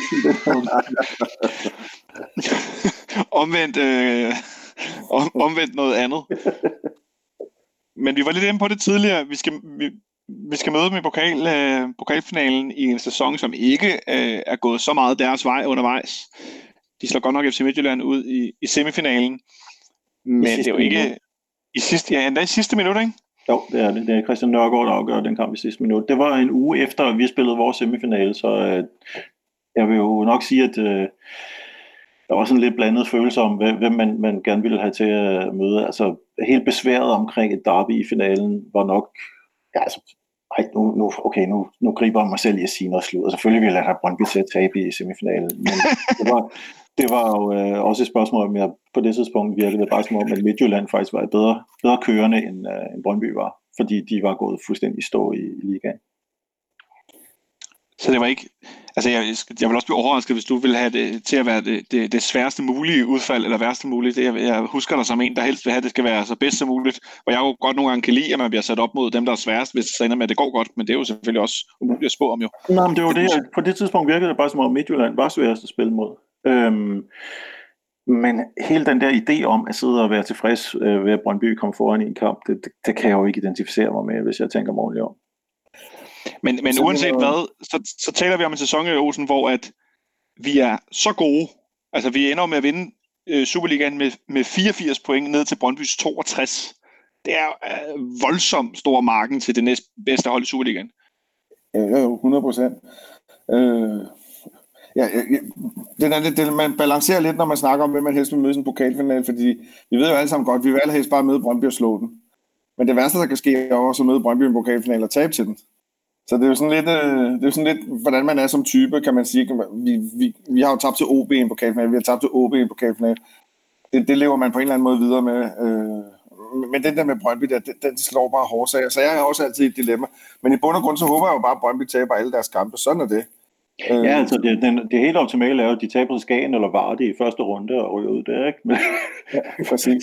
omvendt noget andet. Men vi var lidt inde på det tidligere. Vi skal møde dem i pokalfinalen i en sæson, som ikke er gået så meget deres vej undervejs. De slår godt nok FC Midtjylland ud i semifinalen. Men det er jo ikke i sidste minut, ikke? Jo, det er det. Det er Christian Nørgaard, der afgør den kamp i sidste minut. Det var en uge efter, at vi spillede vores semifinale, så jeg vil jo nok sige, at der var sådan lidt blandet følelser om, hvem man gerne ville have til at møde. Altså, helt besværet omkring et derby i finalen var nok... Ja, altså, nu griber jeg mig selv i at sige noget slut. Og selvfølgelig ville jeg have Brøndby til at tabe i semifinalen. Men det var jo også et spørgsmål, om jeg på det tidspunkt virkede det bare som om, at Midtjylland faktisk var et bedre kørende, end Brøndby var. Fordi de var gået fuldstændig stå i ligaen. Så det var ikke... Altså, jeg vil også blive overrasket, hvis du vil have det til at være det sværeste mulige udfald, eller værste mulige. Jeg husker dig som en, der helst vil have, at det skal være så bedst som muligt. Og jeg jo godt nogle gange kan lide, at man bliver sat op mod dem, der er sværest, hvis det ender med, at det går godt. Men det er jo selvfølgelig også umuligt at spå om, jo. Nej, men det var det. På det tidspunkt virkede det bare som om Midtjylland var sværest at spille mod. Men hele den der idé om at sidde og være tilfreds ved, at Brøndby kom foran i en kamp, det kan jeg jo ikke identificere mig med, hvis jeg tænker mig ordentligt om. Men uanset hvad, så taler vi om en sæson i Olsen, hvor at vi er så gode. Altså, vi ender med at vinde Superligaen med 84 point ned til Brøndbys 62. Det er voldsomt stor marken til det næstbedste hold i Superligaen. Ja, 100%. Man balancerer lidt, når man snakker om, hvem man helst vil møde i en pokalfinale, fordi vi ved jo alle sammen godt, vi vil helst bare møde Brøndby og slå den. Men det værste, der kan ske, er også at møde Brøndby i en pokalfinale og tabe til den. Så det er jo sådan lidt, hvordan man er som type, kan man sige. Vi har jo tabt til OB i en pokalfinale, vi har tabt til OB i en pokalfinale. Det lever man på en eller anden måde videre med. Men den der med Brøndby, den slår bare hårdt sager. Så jeg er også altid i et dilemma. Men i bund og grund, så håber jeg jo bare, at Brøndby taber alle deres kampe. Sådan er det. Ja, altså det helt optimale er jo, at de taber til Skagen eller Vardy i første runde og ryger ud der, ikke? Ja, præcis.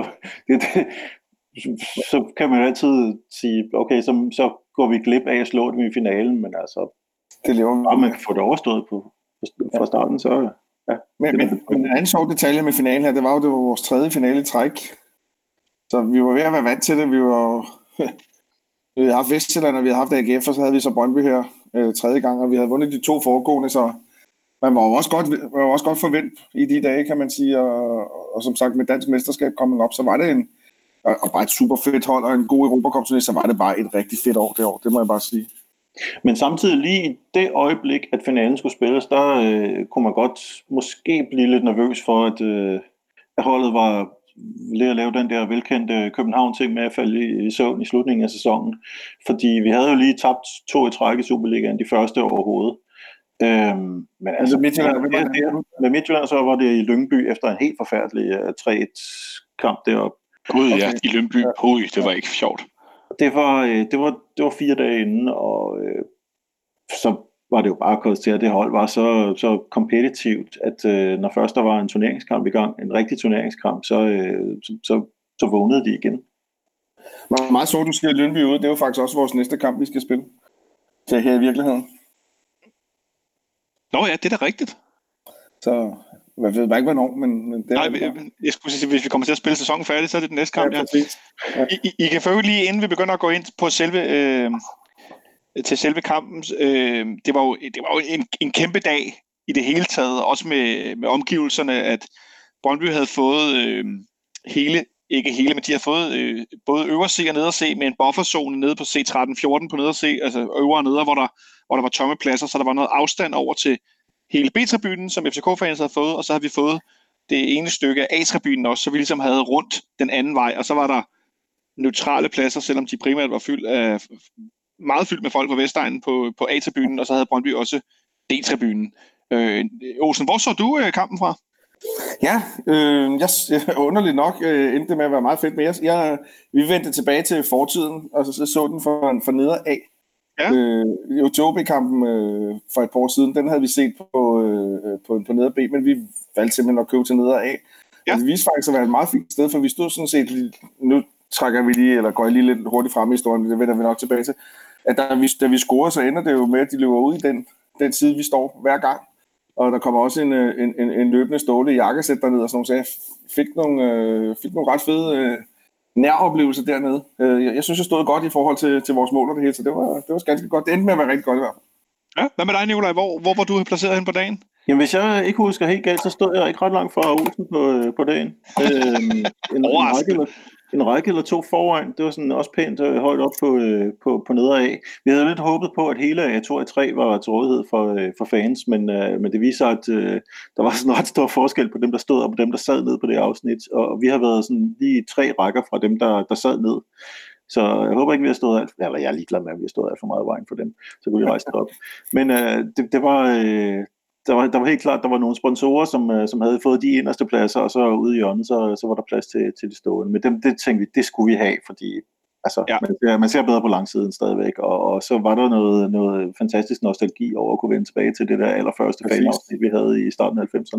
Så kan man altid sige, okay, så går vi glip af at slå dem i finalen, men altså, det lever bare man kan få det overstået fra starten, så ja. Men en anden sjov detalje med finalen her, det var vores tredje finale i træk. Så vi var ved at være vant til det. Vi havde haft Vestjylland, og vi havde haft AGF, og så havde vi så Brøndby her tredje gang, og vi havde vundet de 2 foregående, så man var også godt forventet i de dage, kan man sige, og som sagt med dansk mesterskab coming op, så var det og bare et super fedt hold og en god Europacup-turné, så var det bare et rigtig fedt år det år, det må jeg bare sige. Men samtidig lige i det øjeblik, at finalen skulle spilles, der kunne man godt måske blive lidt nervøs for, at holdet var ved at lave den der velkendte København-ting med at falde i søvn i slutningen af sæsonen. Fordi vi havde jo lige tabt 2 i træk i Superligaen, de første overhovedet. Men altså med Midtjylland, så var det i Lyngby efter en helt forfærdelig 3-1-kamp deroppe. Gud ja, i Lyngby. Det var ikke sjovt. Det var 4 dage inden, og så var det jo bare konstateret, at det hold var så kompetitivt, at når først der var en turneringskamp i gang, en rigtig turneringskamp, så vågnede de igen. Hvor meget så du siger Lyngby ud? Det er jo faktisk også vores næste kamp, vi skal spille. Det her i virkeligheden. Nå ja, det er da rigtigt. Så jeg ved ikke, hvornår, men det nej, jeg skulle sige, hvis vi kommer til at spille sæsonen færdig, så er det den næste kamp, ja. Ja. I kan følge lige, inden vi begynder at gå ind på til selve kampen, det var jo en kæmpe dag i det hele taget, også med omgivelserne, at Brøndby havde fået ikke hele, men de har fået både øvre C og neder C med en bufferzone nede på C13-14 på neder C, altså øvre og neder, hvor der var tomme pladser, så der var noget afstand over til hele B-tribunen, som FCK-fans havde fået, og så har vi fået det ene stykke af A-tribunen også, så vi ligesom havde rundt den anden vej, og så var der neutrale pladser, selvom de primært var meget fyldt med folk fra Vestegnen på A-tribunen, og så havde Brøndby også D-tribunen. Olsen, hvor så du kampen fra? Ja, jeg underligt nok endte det med at være meget fedt, men vi vendte tilbage til fortiden, og så den for neder af. Ja. OB-kampen for et par år siden, den havde vi set på neder B, men vi valgte simpelthen at købe til neder A. Ja. Og det viste faktisk at være et meget fint sted, for vi stod sådan set, nu trækker vi lige, eller går jeg lige lidt hurtigt frem i historien, det vender vi nok tilbage til, at da vi scorer, så ender det jo med, at de løber ud i den side, vi står hver gang. Og der kommer også en løbende Ståle i jakkesæt dernede, og sådan noget, så jeg fik nogle ret fede næroplevelser dernede. Jeg synes, jeg stod godt i forhold til vores mål og det hele, så det var ganske godt. Det endte med at være rigtig godt i hvert fald. Ja, hvad med dig, Nikolaj? Hvor var du placeret hen på dagen? Jamen, hvis jeg ikke husker helt galt, så stod jeg ikke ret langt fra Olsen på dagen. En række eller 2 foran. Det var sådan også pænt højt op på nedre A. Vi havde lidt håbet på, at hele A2 og A3 var til rådighed for fans, men det viser, at der var sådan en ret stor forskel på dem, der stod og på dem, der sad ned på det afsnit. Og vi har været sådan lige 3 rækker fra dem, der sad ned. Så jeg håber ikke, vi har stået alt. Eller jeg er ligeglad med, at vi har stået alt for meget i vejen for dem. Så kunne vi rejse det op. Men det var... Der var helt klart, der var nogle sponsorer, som havde fået de inderste pladser, og så ude i hjørnet, så var der plads til de stående. Men det tænkte vi, det skulle vi have, fordi Altså, ja. man ser bedre på langsiden stadigvæk, og så var der noget fantastisk nostalgi over at kunne vende tilbage til det der allerførste fanafsnit, vi havde i starten af 90'erne.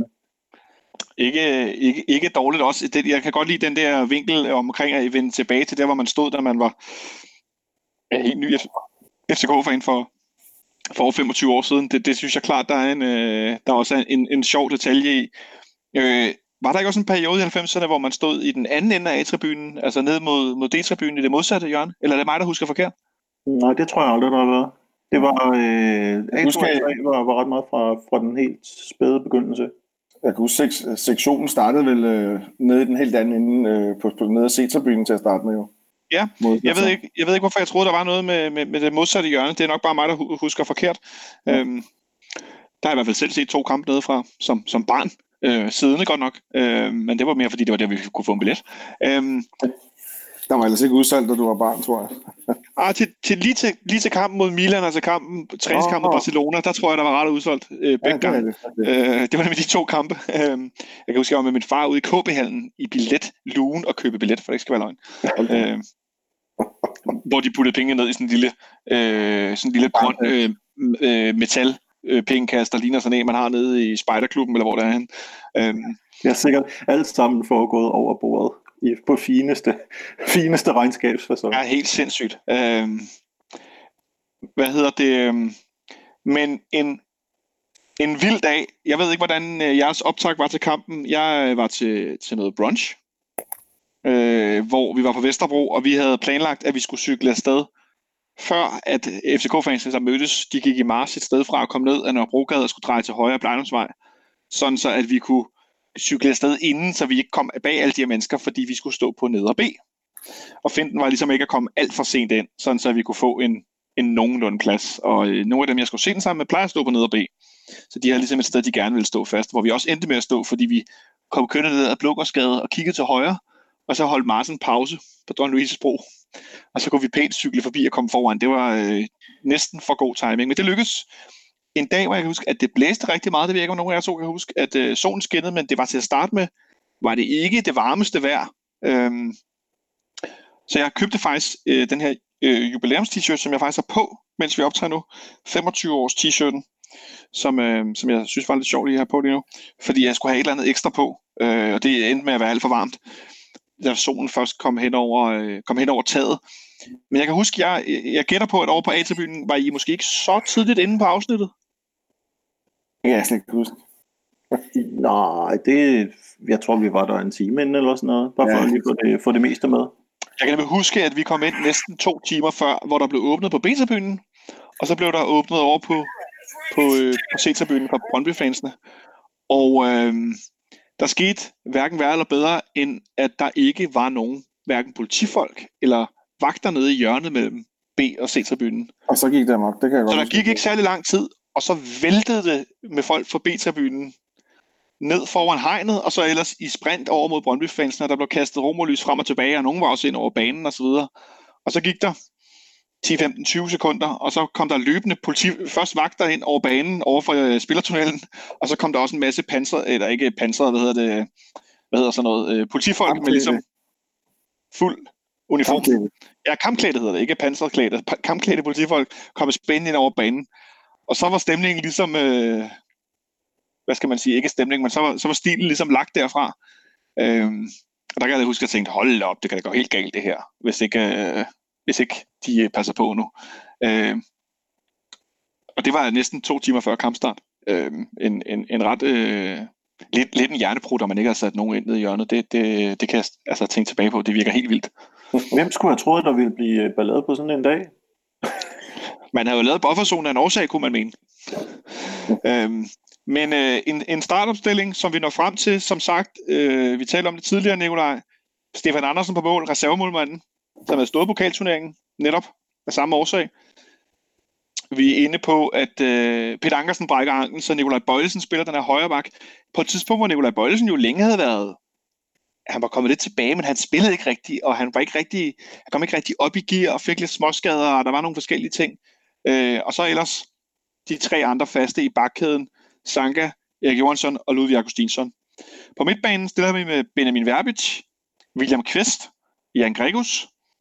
Ikke dårligt også. Jeg kan godt lide den der vinkel omkring at vende tilbage til der, hvor man stod, da man var helt ny FCK-fan for 25 år siden. Det synes jeg klart, der er også en sjov detalje i. Var der ikke også en periode i 90'erne, hvor man stod i den anden ende af A-tribunen, altså ned mod D-tribunen i det modsatte hjørne? Eller er det mig, der husker forkert? Nej, det tror jeg aldrig, der har været. Det var A2 var ret meget fra den helt spæde begyndelse. Jeg kan huske, sektionen startede vel nede i den helt anden ende på nede af C-tribunen til at starte med jo. Ja, jeg ved ikke, hvorfor jeg troede, der var noget med det modsatte hjørne. Det er nok bare mig, der husker forkert. Ja. Der har jeg i hvert fald selv set 2 kampe nede fra som barn. Siddende godt nok. Men det var mere, fordi det var der, vi kunne få en billet. Der var ellers ikke udsalgt, da du var barn, tror jeg. Lige til kampen mod Milan, altså træningskampen mod Barcelona, der tror jeg, der var ret udsolgt begge gange. Det var nemlig de 2 kampe. Jeg kan huske, jeg var med min far ude i KB-hallen i billetlugen og købe billet, for det ikke skal være løgn. Hvor de puttede penge ned i sådan en lille grøn metal pengekast, der ligner sådan en, man har nede i Spejderklubben, eller hvor det er han. Det er sikkert alt sammen foregået over bordet på fineste regnskabsfacon. Ja, helt sindssygt. Hvad hedder det? Men en vild dag. Jeg ved ikke, hvordan jeres optag var til kampen. Jeg var til noget brunch, hvor vi var på Vesterbro, og vi havde planlagt, at vi skulle cykle afsted, før at FCK-fansene der mødtes. De gik i march et sted fra at komme ned af Nørrebrogade og skulle dreje til højre Blejdomsvej, sådan så at vi kunne cykle afsted inden, så vi ikke kom bag alle de her mennesker, fordi vi skulle stå på neder B. Og finten var ligesom ikke at komme alt for sent ind, sådan så vi kunne få en nogenlunde plads. Og nogle af dem, jeg skulle se den sammen med, plejer at stå på neder B. Så de har ligesom et sted, de gerne ville stå fast, hvor vi også endte med at stå, fordi vi kom kørende ned ad Blågårdsgade og kiggede til højre, og så holdt Marsen pause på Don Louises bro. Og så kunne vi pænt cykle forbi og komme foran. Det var næsten for god timing, men det lykkedes. En dag, hvor jeg kan huske, at det blæste rigtig meget. Det ved jeg ikke, om nogen af jer to kan huske, at solen skinnede, men det var til at starte med, var det ikke det varmeste vejr. Så jeg købte faktisk den her jubilæums-t-shirt, som jeg faktisk har på, mens vi optager nu. 25 års t-shirten, som jeg synes var lidt sjovt at have på lige nu, fordi jeg skulle have et eller andet ekstra på, og det endte med at være alt for varmt, da solen først kom hen over taget. Men jeg kan huske, jeg gætter på, at over på A-tribunen var I måske ikke så tidligt inde på afsnittet? Ja, jeg slet ikke huske. Nej, jeg tror, vi var der en time inden eller sådan noget, bare for at lige få det meste med. Jeg kan nemlig huske, at vi kom ind næsten 2 timer før, hvor der blev åbnet på B-tribunen, og så blev der åbnet over på C-tribunen for Brøndby-fansene. Og der skete hverken værre eller bedre, end at der ikke var nogen, hverken politifolk eller vagter nede i hjørnet mellem B- og C-tribunen. Og så gik det amok, det kan jeg godt. Så der gik ikke særlig lang tid, og så væltede det med folk fra B-tribunen ned foran hegnet, og så ellers i sprint over mod Brøndby-fansene, der blev kastet romerlys frem og tilbage, og nogen var også ind over banen og så videre. Og så gik der 10-15-20 sekunder, og så kom der løbende først vagter ind over banen, over for spillertunnelen, og så kom der også en masse politifolk med ligesom fuld uniform. Kampklæde. Ja, kampklæde hedder det, ikke panserklæde. Kampklæde politifolk kom spændende ind over banen. Og så var stemningen ligesom, hvad skal man sige, ikke stemning, men så var stilen ligesom lagt derfra. Og der kan jeg huske, at jeg tænkte, hold op, det kan da gå helt galt det her, hvis ikke de passer på nu. Og det var næsten 2 timer før kampstart. En ret lidt en hjerneprut, at man ikke har sat nogen ind ned i hjørnet. Det kan jeg altså tænke tilbage på. Det virker helt vildt. Hvem skulle have troet, der ville blive ballade på sådan en dag? Man har jo lavet bufferzone af en årsag, kunne man mene. Men en startopstilling, som vi når frem til, som sagt, vi talte om det tidligere, Nikolaj. Stefan Andersen på mål, reservemålmanden, som havde stået pokalturneringen, netop af samme årsag. Vi er inde på, at Peter Ankersen brækker anklen, så Nikolaj Bøjlesen spiller den her højre bak. På et tidspunkt, hvor Nikolaj Bøjlesen jo længe havde været, han var kommet lidt tilbage, men han spillede ikke rigtigt, og han kom ikke rigtig op i gear og fik lidt småskader, og der var nogle forskellige ting. Og så ellers de 3 andre faste i bakkæden, Sanka, Erik Johansson og Ludvig Augustinsson. På midtbanen stiller vi med Benjamin Verbic, William Kvist, Jan Gregus,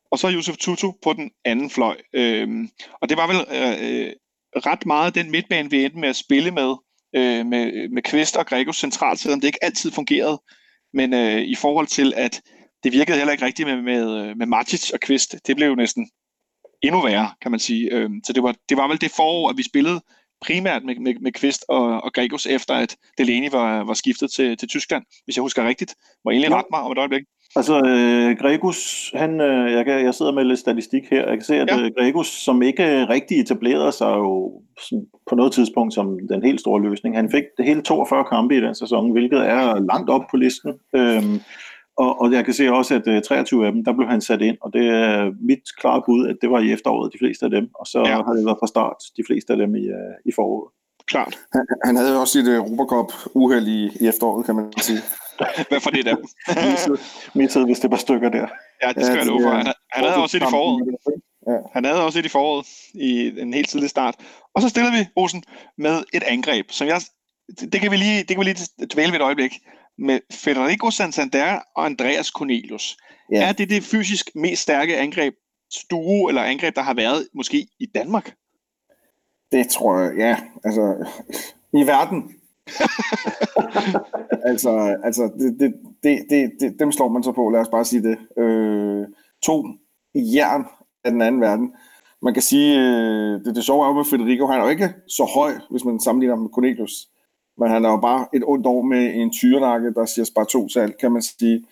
og så Yusuf Tutu på den anden fløj. Og det var vel ret meget den midtbane, vi endte med at spille med Kvist og Gregos centralt, selvom det ikke altid fungerede. Men i forhold til, at det virkede heller ikke rigtigt med Matic og Kvist, det blev jo næsten endnu værre, kan man sige. Så det var vel det forår, at vi spillede primært med Kvist og Gregos, efter at Delaney var skiftet til Tyskland, hvis jeg husker rigtigt. Må jeg egentlig rette mig om et øjeblik? Altså, Gregos, jeg sidder med lidt statistik her. Jeg kan se, at Gregos, som ikke rigtig etablerede sig jo på noget tidspunkt som den helt store løsning, han fik det hele 42 kampe i den sæson, hvilket er langt op på listen. Og jeg kan se også, at 23 af dem, der blev han sat ind, og det er mit klare bud, at det var i efteråret de fleste af dem, og så har det været fra start de fleste af dem i foråret. Klart. Han havde jo også sit Europacup-uheld i efteråret, kan man sige. Hvad for det der? Misset, hvis det var stykker der. Ja, det skal jeg love for. Han havde også et i foråret. Ja. Han havde også et i foråret i en helt tidlig start. Og så stiller vi, Olsen, med et angreb, som det kan vi lige dvæle ved et øjeblik, med Federico Santander og Andreas Cornelius. Ja. Er det fysisk mest stærke angreb, duo eller angreb, der har været måske i Danmark? Det tror jeg, ja. Altså, i verden. altså dem slår man så på, lad os bare sige det. 2 jern af den anden verden. Man kan sige, det sjove er jo med Federico, han er jo ikke så høj, hvis man sammenligner med Cornelius. Men han er jo bare et ondt år med en tyrenakke, der siger bare 2 til alt, kan man sige.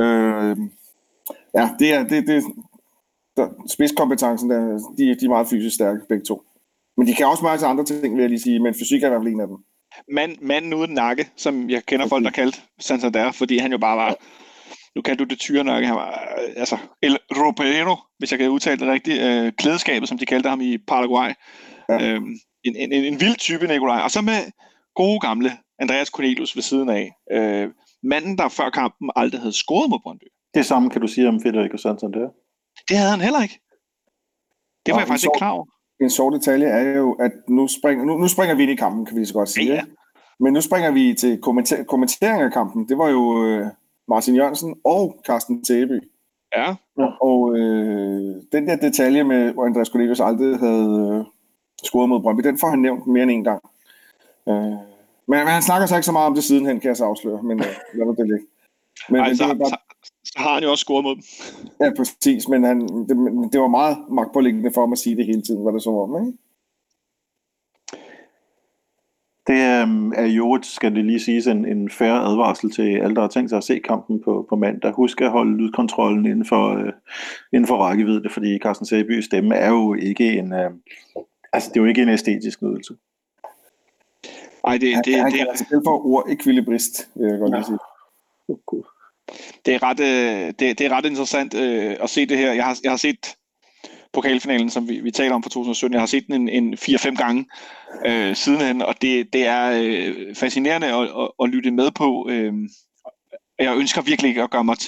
Ja, spidskompetencen, de er meget fysisk stærke, begge to. Men de kan også meget til andre ting, vil jeg lige sige, men fysik er i hvert fald en af dem. Manden uden nakke, som jeg kender folk, der kaldte Santander, fordi han jo bare var, nu kaldte du det tyrenakke, han var, altså, El Ropero, hvis jeg kan udtale det rigtigt, klædeskabet, som de kaldte ham i Paraguay. Ja. En vild type, Nikolaj. Og så med gode gamle Andreas Cornelius ved siden af. Manden, der før kampen aldrig havde scoret mod Brøndby. Det samme kan du sige om Federico Santander. Det havde han heller ikke. Det var jeg faktisk ikke klar over. En sjov detalje er jo, at nu springer vi ind i kampen, kan vi så godt sige. Ja. Men nu springer vi til kommentering af kampen. Det var jo Martin Jørgensen og Carsten Sæby. Ja. Og den der detalje med, hvor Andreas Cornelius aldrig havde scoret mod Brøndby, den får han nævnt mere end en gang. Men han snakker så ikke så meget om det sidenhen, kan jeg så afsløre. Men lad mig det ligge. Så har han jo også scoret mod dem. Ja, præcis, men det var meget magtpåliggende for ham at sige det hele tiden, var det som om, ikke? Det er jo, skal det lige siges, en fair advarsel til alle, der har tænkt sig at se kampen på mandag. Husk at holde lydkontrollen inden for rækkevidde, fordi Carsten Sæbys stemme er jo ikke det er jo ikke en æstetisk nydelse. Nej, det er altså for ord ekvilibrist, vil jeg godt lige sige. Det er ret interessant at se det her. Jeg har set pokalfinalen, som vi taler om fra 2017. Jeg har set den en 4-5 gange sidenhen, og det er fascinerende at lytte med på. Jeg ønsker virkelig ikke at gøre mig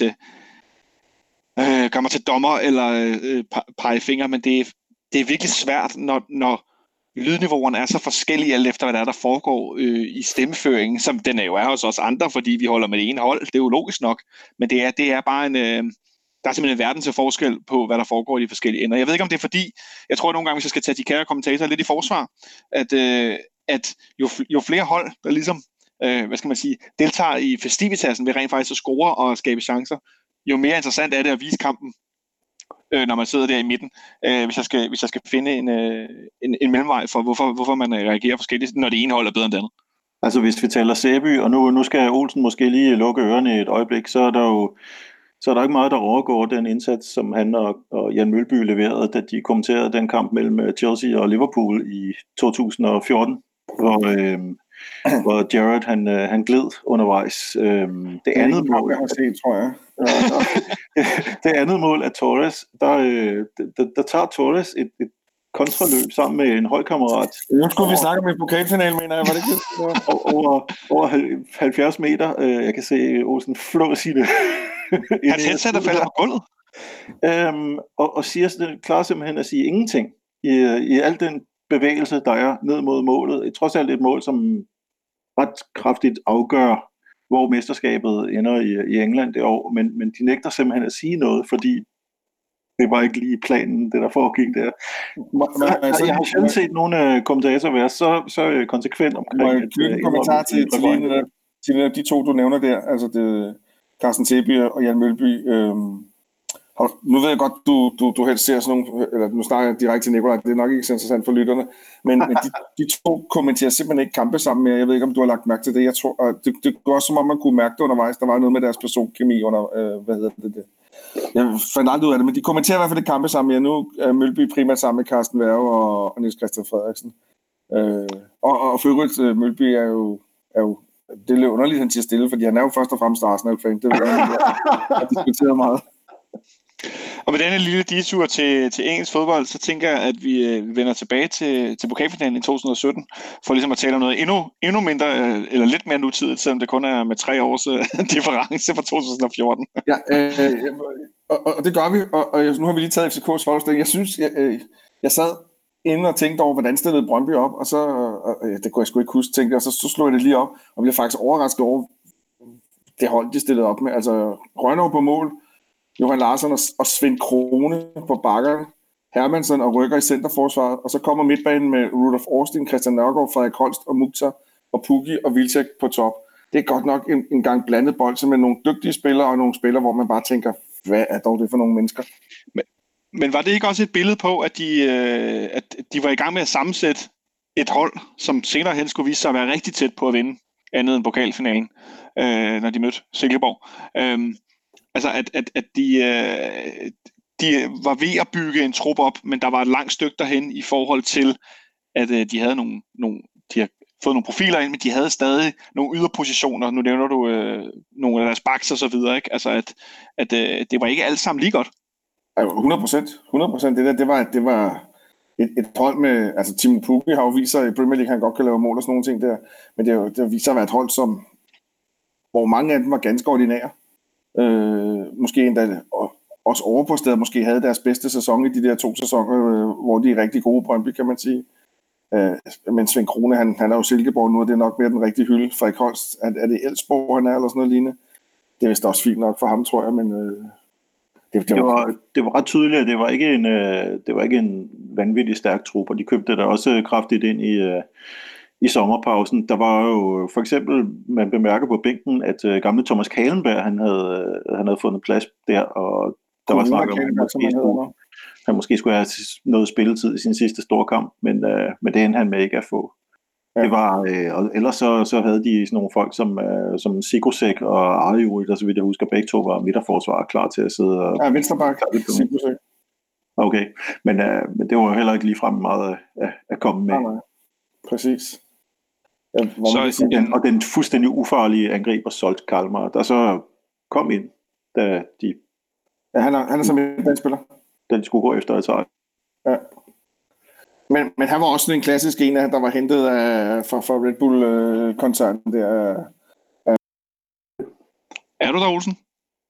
til dommer eller pege fingre, men det er virkelig svært, når lydniveauerne er så forskellige alt efter, hvad der foregår i stemmeføringen, som den jo er hos os andre, fordi vi holder med det ene hold. Det er jo logisk nok, men det er bare der er simpelthen en verden til forskel på, hvad der foregår i de forskellige ender. Jeg ved ikke, om det er fordi, jeg tror nogle gange, hvis jeg skal tage de kære kommentatorer lidt i forsvar, at jo flere hold, der ligesom, deltager i festivitasen ved rent faktisk at score og skabe chancer, jo mere interessant er det at vise kampen, når man sidder der i midten, hvis jeg skal finde en mellemvej for, hvorfor man reagerer forskelligt, når det ene hold er bedre end det andet. Altså hvis vi taler Sæby, og nu skal Olsen måske lige lukke ørerne et øjeblik, så er der ikke meget, der overgår den indsats, som han og Jan Mølby leverede, da de kommenterede den kamp mellem Chelsea og Liverpool i 2014, hvor Gerrard han gled undervejs. Det andet mål, jeg har set, tror jeg. det andet mål af Torres, der tager Torres et kontraløb sammen med en holdkammerat. Nu skulle vi snakke om en pokalfinal, mener jeg, var det ikke? over 70 meter. Jeg kan se Olsen flå sine... Hans headset der falder på gulvet. Og klarer simpelthen at sige ingenting i al den bevægelse, der er ned mod målet. Trods alt et mål, som ret kraftigt afgør, hvor mesterskabet ender i England det år, men de nægter simpelthen at sige noget, fordi Det var ikke lige planen, det der foregik der. Jeg har selv set nogle kommentatorer være så konsekvent omkring... Må jeg knytte en kommentar til de to, du nævner der, altså det, Carsten Theby og Jan Mølby. Nu ved jeg godt, du helst ser sådan nogle, eller nu snakker jeg direkte til Nikolaj, det er nok ikke så interessant for lytterne, men de to kommenterer simpelthen ikke kampe sammen med. Jeg ved ikke, om du har lagt mærke til det. Jeg tror, det går også som om, man kunne mærke det undervejs. Der var noget med deres personkemi under, hvad hedder det? Jeg fandt aldrig ud af det, men de kommenterer i hvert fald ikke kampe sammen med. Nu er Mølby primært sammen med Carsten Werge og Niels Christian Frederiksen. Og for øvrigt, Mølby er jo det er lidt underligt, han siger stille, fordi han er jo først og fremmest Arsenal-fan. Det ved jeg har diskuteret meget. Og med denne lille detur til engelsk fodbold, så tænker jeg, at vi vender tilbage til pokalfinalen i 2017, for ligesom at tale om noget endnu mindre, eller lidt mere nutidigt, selvom det kun er med 3 års difference fra 2014. Ja, og det gør vi, og nu har vi lige taget FCK's holdopstilling. Jeg synes, jeg sad inde og tænkte over, hvordan stillede Brøndby op, og så, det kunne jeg sgu ikke huske, tænkte jeg, og så slog jeg det lige op, og blev faktisk overrasket over det hold, de stillede op med. Altså, Rønnow på mål, Johan Larsson og Svend Krone på bakkerne, Hermansson og Rykker i centerforsvaret, og så kommer midtbanen med Rudolf Austin, Christian Nørgaard, Frederik Holst og Mukhtar og Pukki og Wilczek på top. Det er godt nok en gang blandet bold, med nogle dygtige spillere og nogle spillere, hvor man bare tænker, hvad er dog det for nogle mennesker? Men var det ikke også et billede på, at de var i gang med at sammensætte et hold, som senere hen skulle vise sig at være rigtig tæt på at vinde andet end pokalfinalen, når de mødte Silkeborg? Altså, at de var ved at bygge en trup op, men der var et langt stykke derhen i forhold til, at de havde de har fået nogle profiler ind, men de havde stadig nogle yderpositioner. Nu nævner du nogle af deres backs og så videre, ikke? Altså, at det var ikke alt sammen lige godt. 100%. 100%. Det var et hold med... Altså, Timo Pukki har jo vist sig i Premier League, han godt kan lave mål og sådan nogle ting der, men det viser sig at være et hold, hvor mange af dem var ganske ordinære. Måske endda også over på stedet måske havde deres bedste sæson i de der 2 sæsoner, hvor de er rigtig gode Brøndby, kan man sige. Men Svend Krone, han er jo Silkeborg nu, og det er nok mere den rigtige hylde. Frederik Holst, er det Elsborg, han er, eller sådan noget lignende? Det er vist også fint nok for ham, tror jeg, men... Det var ret tydeligt, at det var ikke en vanvittig stærk trup, og de købte der også kraftigt ind i sommerpausen. Der var jo for eksempel, man bemærker på bænken, at gamle Thomas Kahlenberg, han havde fundet plads der, og der var snak om, han måske skulle have noget spilletid i sin sidste store kamp, men det endte han med ikke at få. Ja. Det var, og ellers så havde de sådan nogle folk som Sigosek og Arjuri, der så vidt jeg husker, begge to var midterforsvarer klar til at sidde og... Ja, venstreback, Sigosek. Okay, men det var jo heller ikke ligefrem meget at komme med. Nej. Præcis. Og den fuldstændig ufarlige angriber solgte Kalmar, der så kom ind, da de... Ja, han er som en spiller. Den skulle gå efter et sejr. Ja. Men han var også en klassisk en af, der var hentet fra Red Bull-koncernen der. Er du der, Olsen?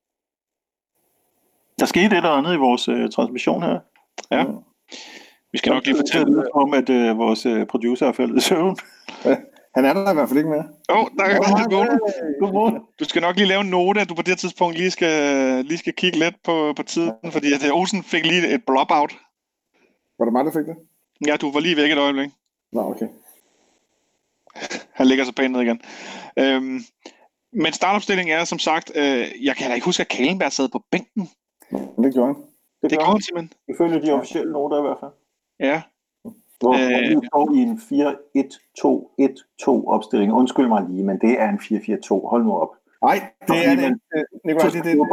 Der skete et eller andet i vores transmission her. Ja. Vi skal nok lige fortælle om, at vores producer er faldet i søvn. Han er der i hvert fald ikke mere. Der kan Godmorgen. Du skal nok lige lave en note, at du på det tidspunkt lige skal kigge lidt på tiden, fordi at Olsen fik lige et blob-out. Var det mig, der fik det? Ja, du var lige væk et øjeblik. Nå, okay. Han ligger så pænt ned igen. Men startopstillingen er som sagt, jeg kan da ikke huske, at Kahlenberg sad på bænken. Det gjorde han. Det gjorde han simpelthen. Ifølge de officielle noter i hvert fald. Ja. Hvor vi står i en 4-1-2-1-2 opstilling. Undskyld mig lige, men det er en 4-4-2. Hold nu op. Nej, det er det. Nikolaj,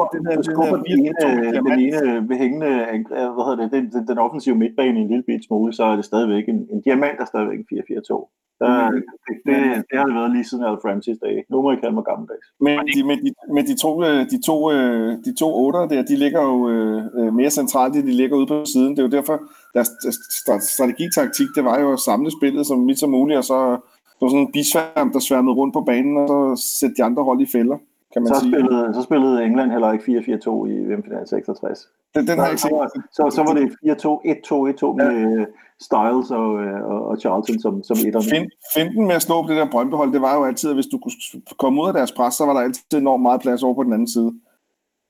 den ene ved hængende, hvad hedder det, den offensive midtbane en lille bit smule, så er det stadigvæk en diamant, der er stadigvæk en 4-4-2. Det har det været lige siden Alf Ramseys dage. Nu må jeg kalde mig gammeldags. Men de to otter der, de ligger jo mere centralt, de ligger ude på siden. Det er jo derfor, deres strategitaktik, det var jo at samle spillet som vidt som muligt, og så sådan en bisværm, der sværmede rundt på banen, og så sætte de andre hold i fælder, kan man sige. Så spillede England heller ikke 4-4-2 i VM-finalen 66. Den har jeg ikke set. Så var det 4-2-1-2-1-2 med Styles og Charlton som etterne. Finten med at slå på det der Brøndby-hold, det var jo altid, at hvis du kunne komme ud af deres pres, så var der altid enormt meget plads over på den anden side.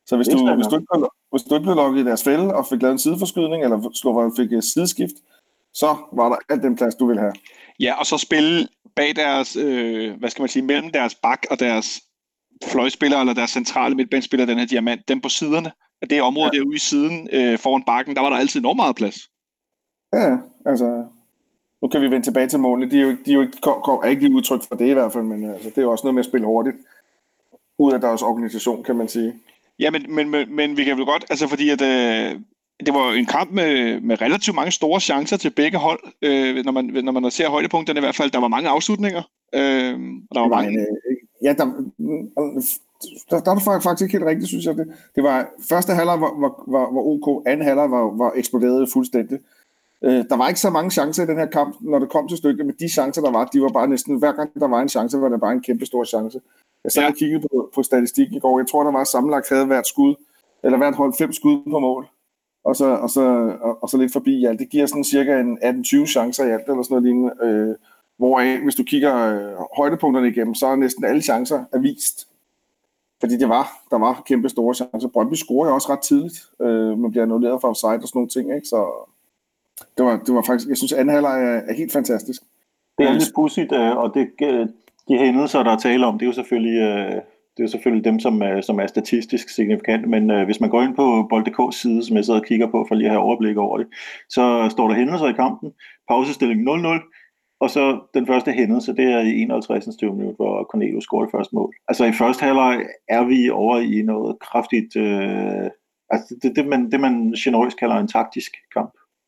Så hvis du ikke blev lukket i deres fælde og fik lavet en sideforskydning, eller fik sideskift, så var der alt den plads, du ville have. Ja, og så spille bag deres, mellem deres bak og deres fløjspillere, eller deres centrale midtbanespillere, den her diamant, dem på siderne. Og det område derude i siden foran bakken, der var der altid enormt meget plads. Ja, altså... Nu kan vi vende tilbage til målene. De er ikke lige udtryk for det i hvert fald, men altså, det er jo også noget med at spille hurtigt ud af deres organisation, kan man sige. Ja, men vi kan vel godt, altså fordi at det var en kamp med relativt mange store chancer til begge hold, når man ser højdepunkterne i hvert fald. Der var mange afslutninger. Der var mange... Ja, der er du faktisk ikke helt rigtigt, synes jeg. Det var første halvleg var OK, anden halvleg var eksploderet fuldstændig. Der var ikke så mange chancer i den her kamp, når det kom til stykket, men de chancer, der var, de var bare næsten, hver gang der var en chance, var der bare en kæmpe stor chance. Jeg sad og kiggede på statistikken i går. Jeg tror, der var sammenlagt havde hvert hold 5 skud på mål. Og så lidt forbi i alt. Det giver sådan cirka en 18-20 chancer i alt, eller sådan noget lignende. Hvoraf, hvis du kigger højdepunkterne igennem, så er næsten alle chancer vist. Fordi der var kæmpe store chancer. Brøndby scorer jo også ret tidligt. Man bliver annulleret for offside og sådan nogle ting, ikke? Så det var faktisk, jeg synes, anden halvleg er helt fantastisk. Det er lidt pudsigt, og de hændelser, der er tale om, det er jo selvfølgelig dem, som er statistisk signifikante, men hvis man går ind på bold.dk's side, som jeg sidder og kigger på for lige at have overblik over det, så står der hændelser i kampen, pausestilling 0-0, og så den første hændelse, det er i 51. minut, hvor Cornelius scorer det første mål. Altså i første halvleg er vi over i noget kraftigt, altså det man generisk kalder en taktisk kamp.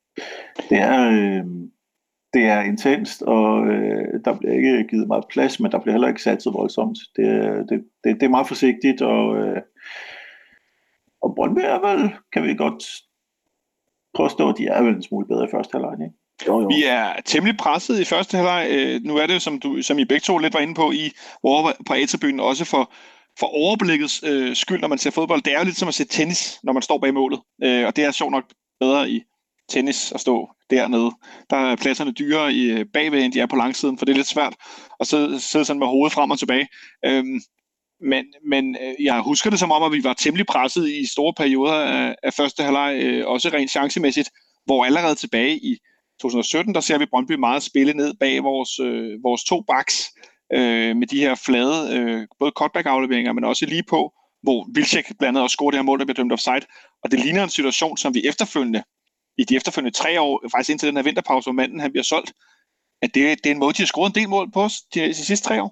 Det er intenst, og der bliver ikke givet meget plads, men der bliver heller ikke satset voldsomt. Det er meget forsigtigt, og Brøndby er vel, kan vi godt påstå, at de er vel en smule bedre i første halvleg, ikke? Jo. Vi er temmelig presset i første halvleg. Nu er det, som I begge to lidt var inde på, på A-tribunen, også for overblikkets skyld, når man ser fodbold. Det er jo lidt som at se tennis, når man står bag målet, og det er sjovt nok bedre i tennis at stå dernede. Der er pladserne dyrere bagved, end de er på langsiden, for det er lidt svært at sidde sådan med hovedet frem og tilbage. Men jeg husker det som om, at vi var temmelig presset i store perioder af første halvleg, også rent chancemæssigt, hvor allerede tilbage i 2017, der ser vi Brøndby meget spille ned bag vores 2 backs, med de her flade, både cutback-afleveringer, men også lige på, hvor Wilczek blandt andet også scorer det her mål, der bliver dømt offside. Og det ligner en situation, som vi i de efterfølgende 3 år, faktisk indtil den her vinterpause, hvor manden han bliver solgt, at det er en måde, de har scoret en del mål på os de sidste 3 år.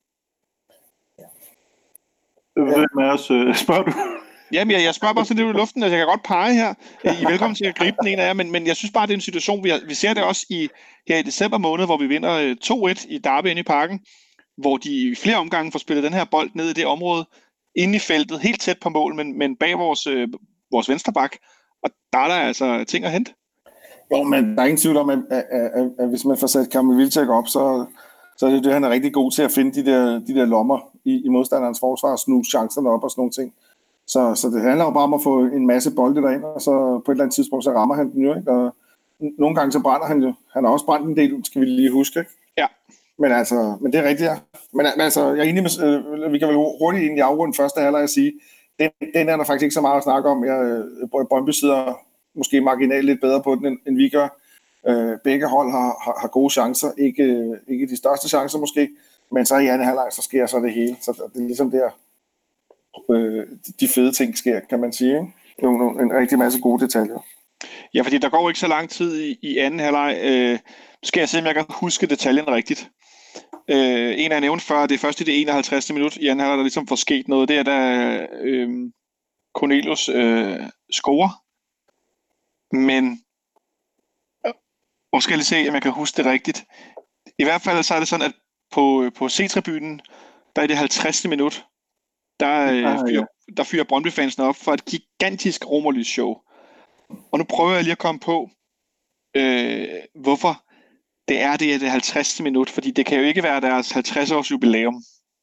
Hvem af os spørger du? Jamen, jeg spørger bare sådan lidt i luften, at jeg kan godt pege her. I er velkommen til at gribe den ene af jer, men jeg synes bare, det er en situation, vi ser det også her i december måned, hvor vi vinder 2-1 i Derby inde i parken, hvor de i flere omgange får spillet den her bold ned i det område, inde i feltet, helt tæt på mål, men bag vores venstre bak. Og der er der altså ting at hente. Jo, men der er ingen tvivl om, at hvis man får sat Kamil Wilczek op, så er det, han er rigtig god til at finde de der lommer i modstanderens forsvar og snuse chancerne op og sådan nogle ting. Så det handler jo bare om at få en masse bolde derind, og så på et eller andet tidspunkt, så rammer han den jo, ikke? Og nogle gange så brænder han jo. Han har også brændt en del, skal vi lige huske, ikke? Ja. Men det er rigtigt, ja. Men altså, jeg er enig med, vi kan vel hurtigt ind i afrunden første halvleg at sige, den er der faktisk ikke så meget at snakke om. Brøndby sidder måske marginalt lidt bedre på den, end vi gør. Begge hold har gode chancer. Ikke de største chancer måske, men så i anden halvleg, så sker så det hele. Så det er ligesom der, de fede ting sker, kan man sige. Ikke? En rigtig masse gode detaljer. Ja, fordi der går ikke så lang tid i anden halvleg. Skal jeg se, om jeg kan huske detaljen rigtigt. En af nævnt før, det er først i det 51. minut i anden halvleg, der ligesom får sket noget. Det er, da Cornelius scorer. Men skal jeg lige se, om jeg kan huske det rigtigt. I hvert fald så er det sådan, at på C-tribunen, der er det 50. minut, der fyrer Brøndby-fansene op for et gigantisk romerlys-show. Og nu prøver jeg lige at komme på, hvorfor det er det 50. minut, fordi det kan jo ikke være deres 50-års jubilæum.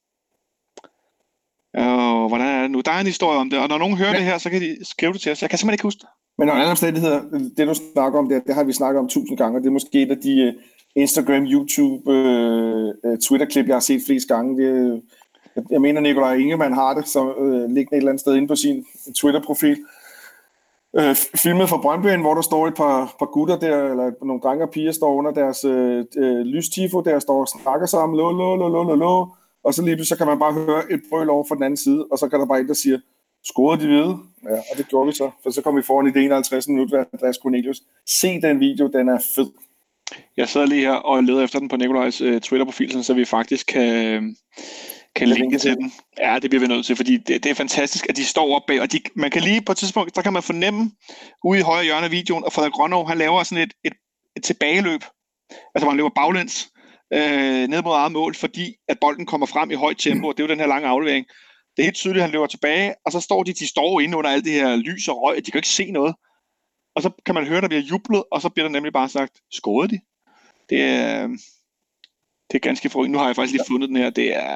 Hvordan er det nu? Der er en historie om det, og når nogen hører det her, så kan de skrive det til os. Jeg kan simpelthen ikke huske det. Men under andre omstændigheder, det du snakker om, det har vi snakket om 1000 gange, og det er måske et af de Instagram, YouTube, Twitter-klip, jeg har set flest gange. Jeg mener, Nikolaj Ingemann har det, så liggende et eller andet sted inde på sin Twitter-profil. Filmet fra Brøndby, hvor der står et par gutter der, eller nogle drenge og piger står under deres lystifo, der står og snakker sammen, lo, og så lige pludselig så kan man bare høre et brøl over fra den anden side, og så kan der bare en, der siger, scorede de hvide? Ja, og det gjorde vi så, for så kom vi foran i det 51 minutter af Andreas Cornelius. Se den video, den er fed. Jeg sidder lige her og leder efter den på Nikolajs Twitter-profil, så vi faktisk kan linke til den. Ja, det bliver vi nødt til, fordi det er fantastisk, at de står oppe bag, og man kan lige på et tidspunkt, der kan man fornemme ude i højre hjørne af videoen, og Frederik Grønov, han laver sådan et tilbageløb, altså han løber baglæns ned mod eget mål, fordi at bolden kommer frem i højt tempo, og det er jo den her lange aflevering. Det er helt tydeligt, at han løber tilbage, og så står de står inde under alt det her lys og røg, de kan ikke se noget. Og så kan man høre, der bliver jublet, og så bliver der nemlig bare sagt, scorede de? Det er ganske forrygende. Nu har jeg faktisk lige fundet den her.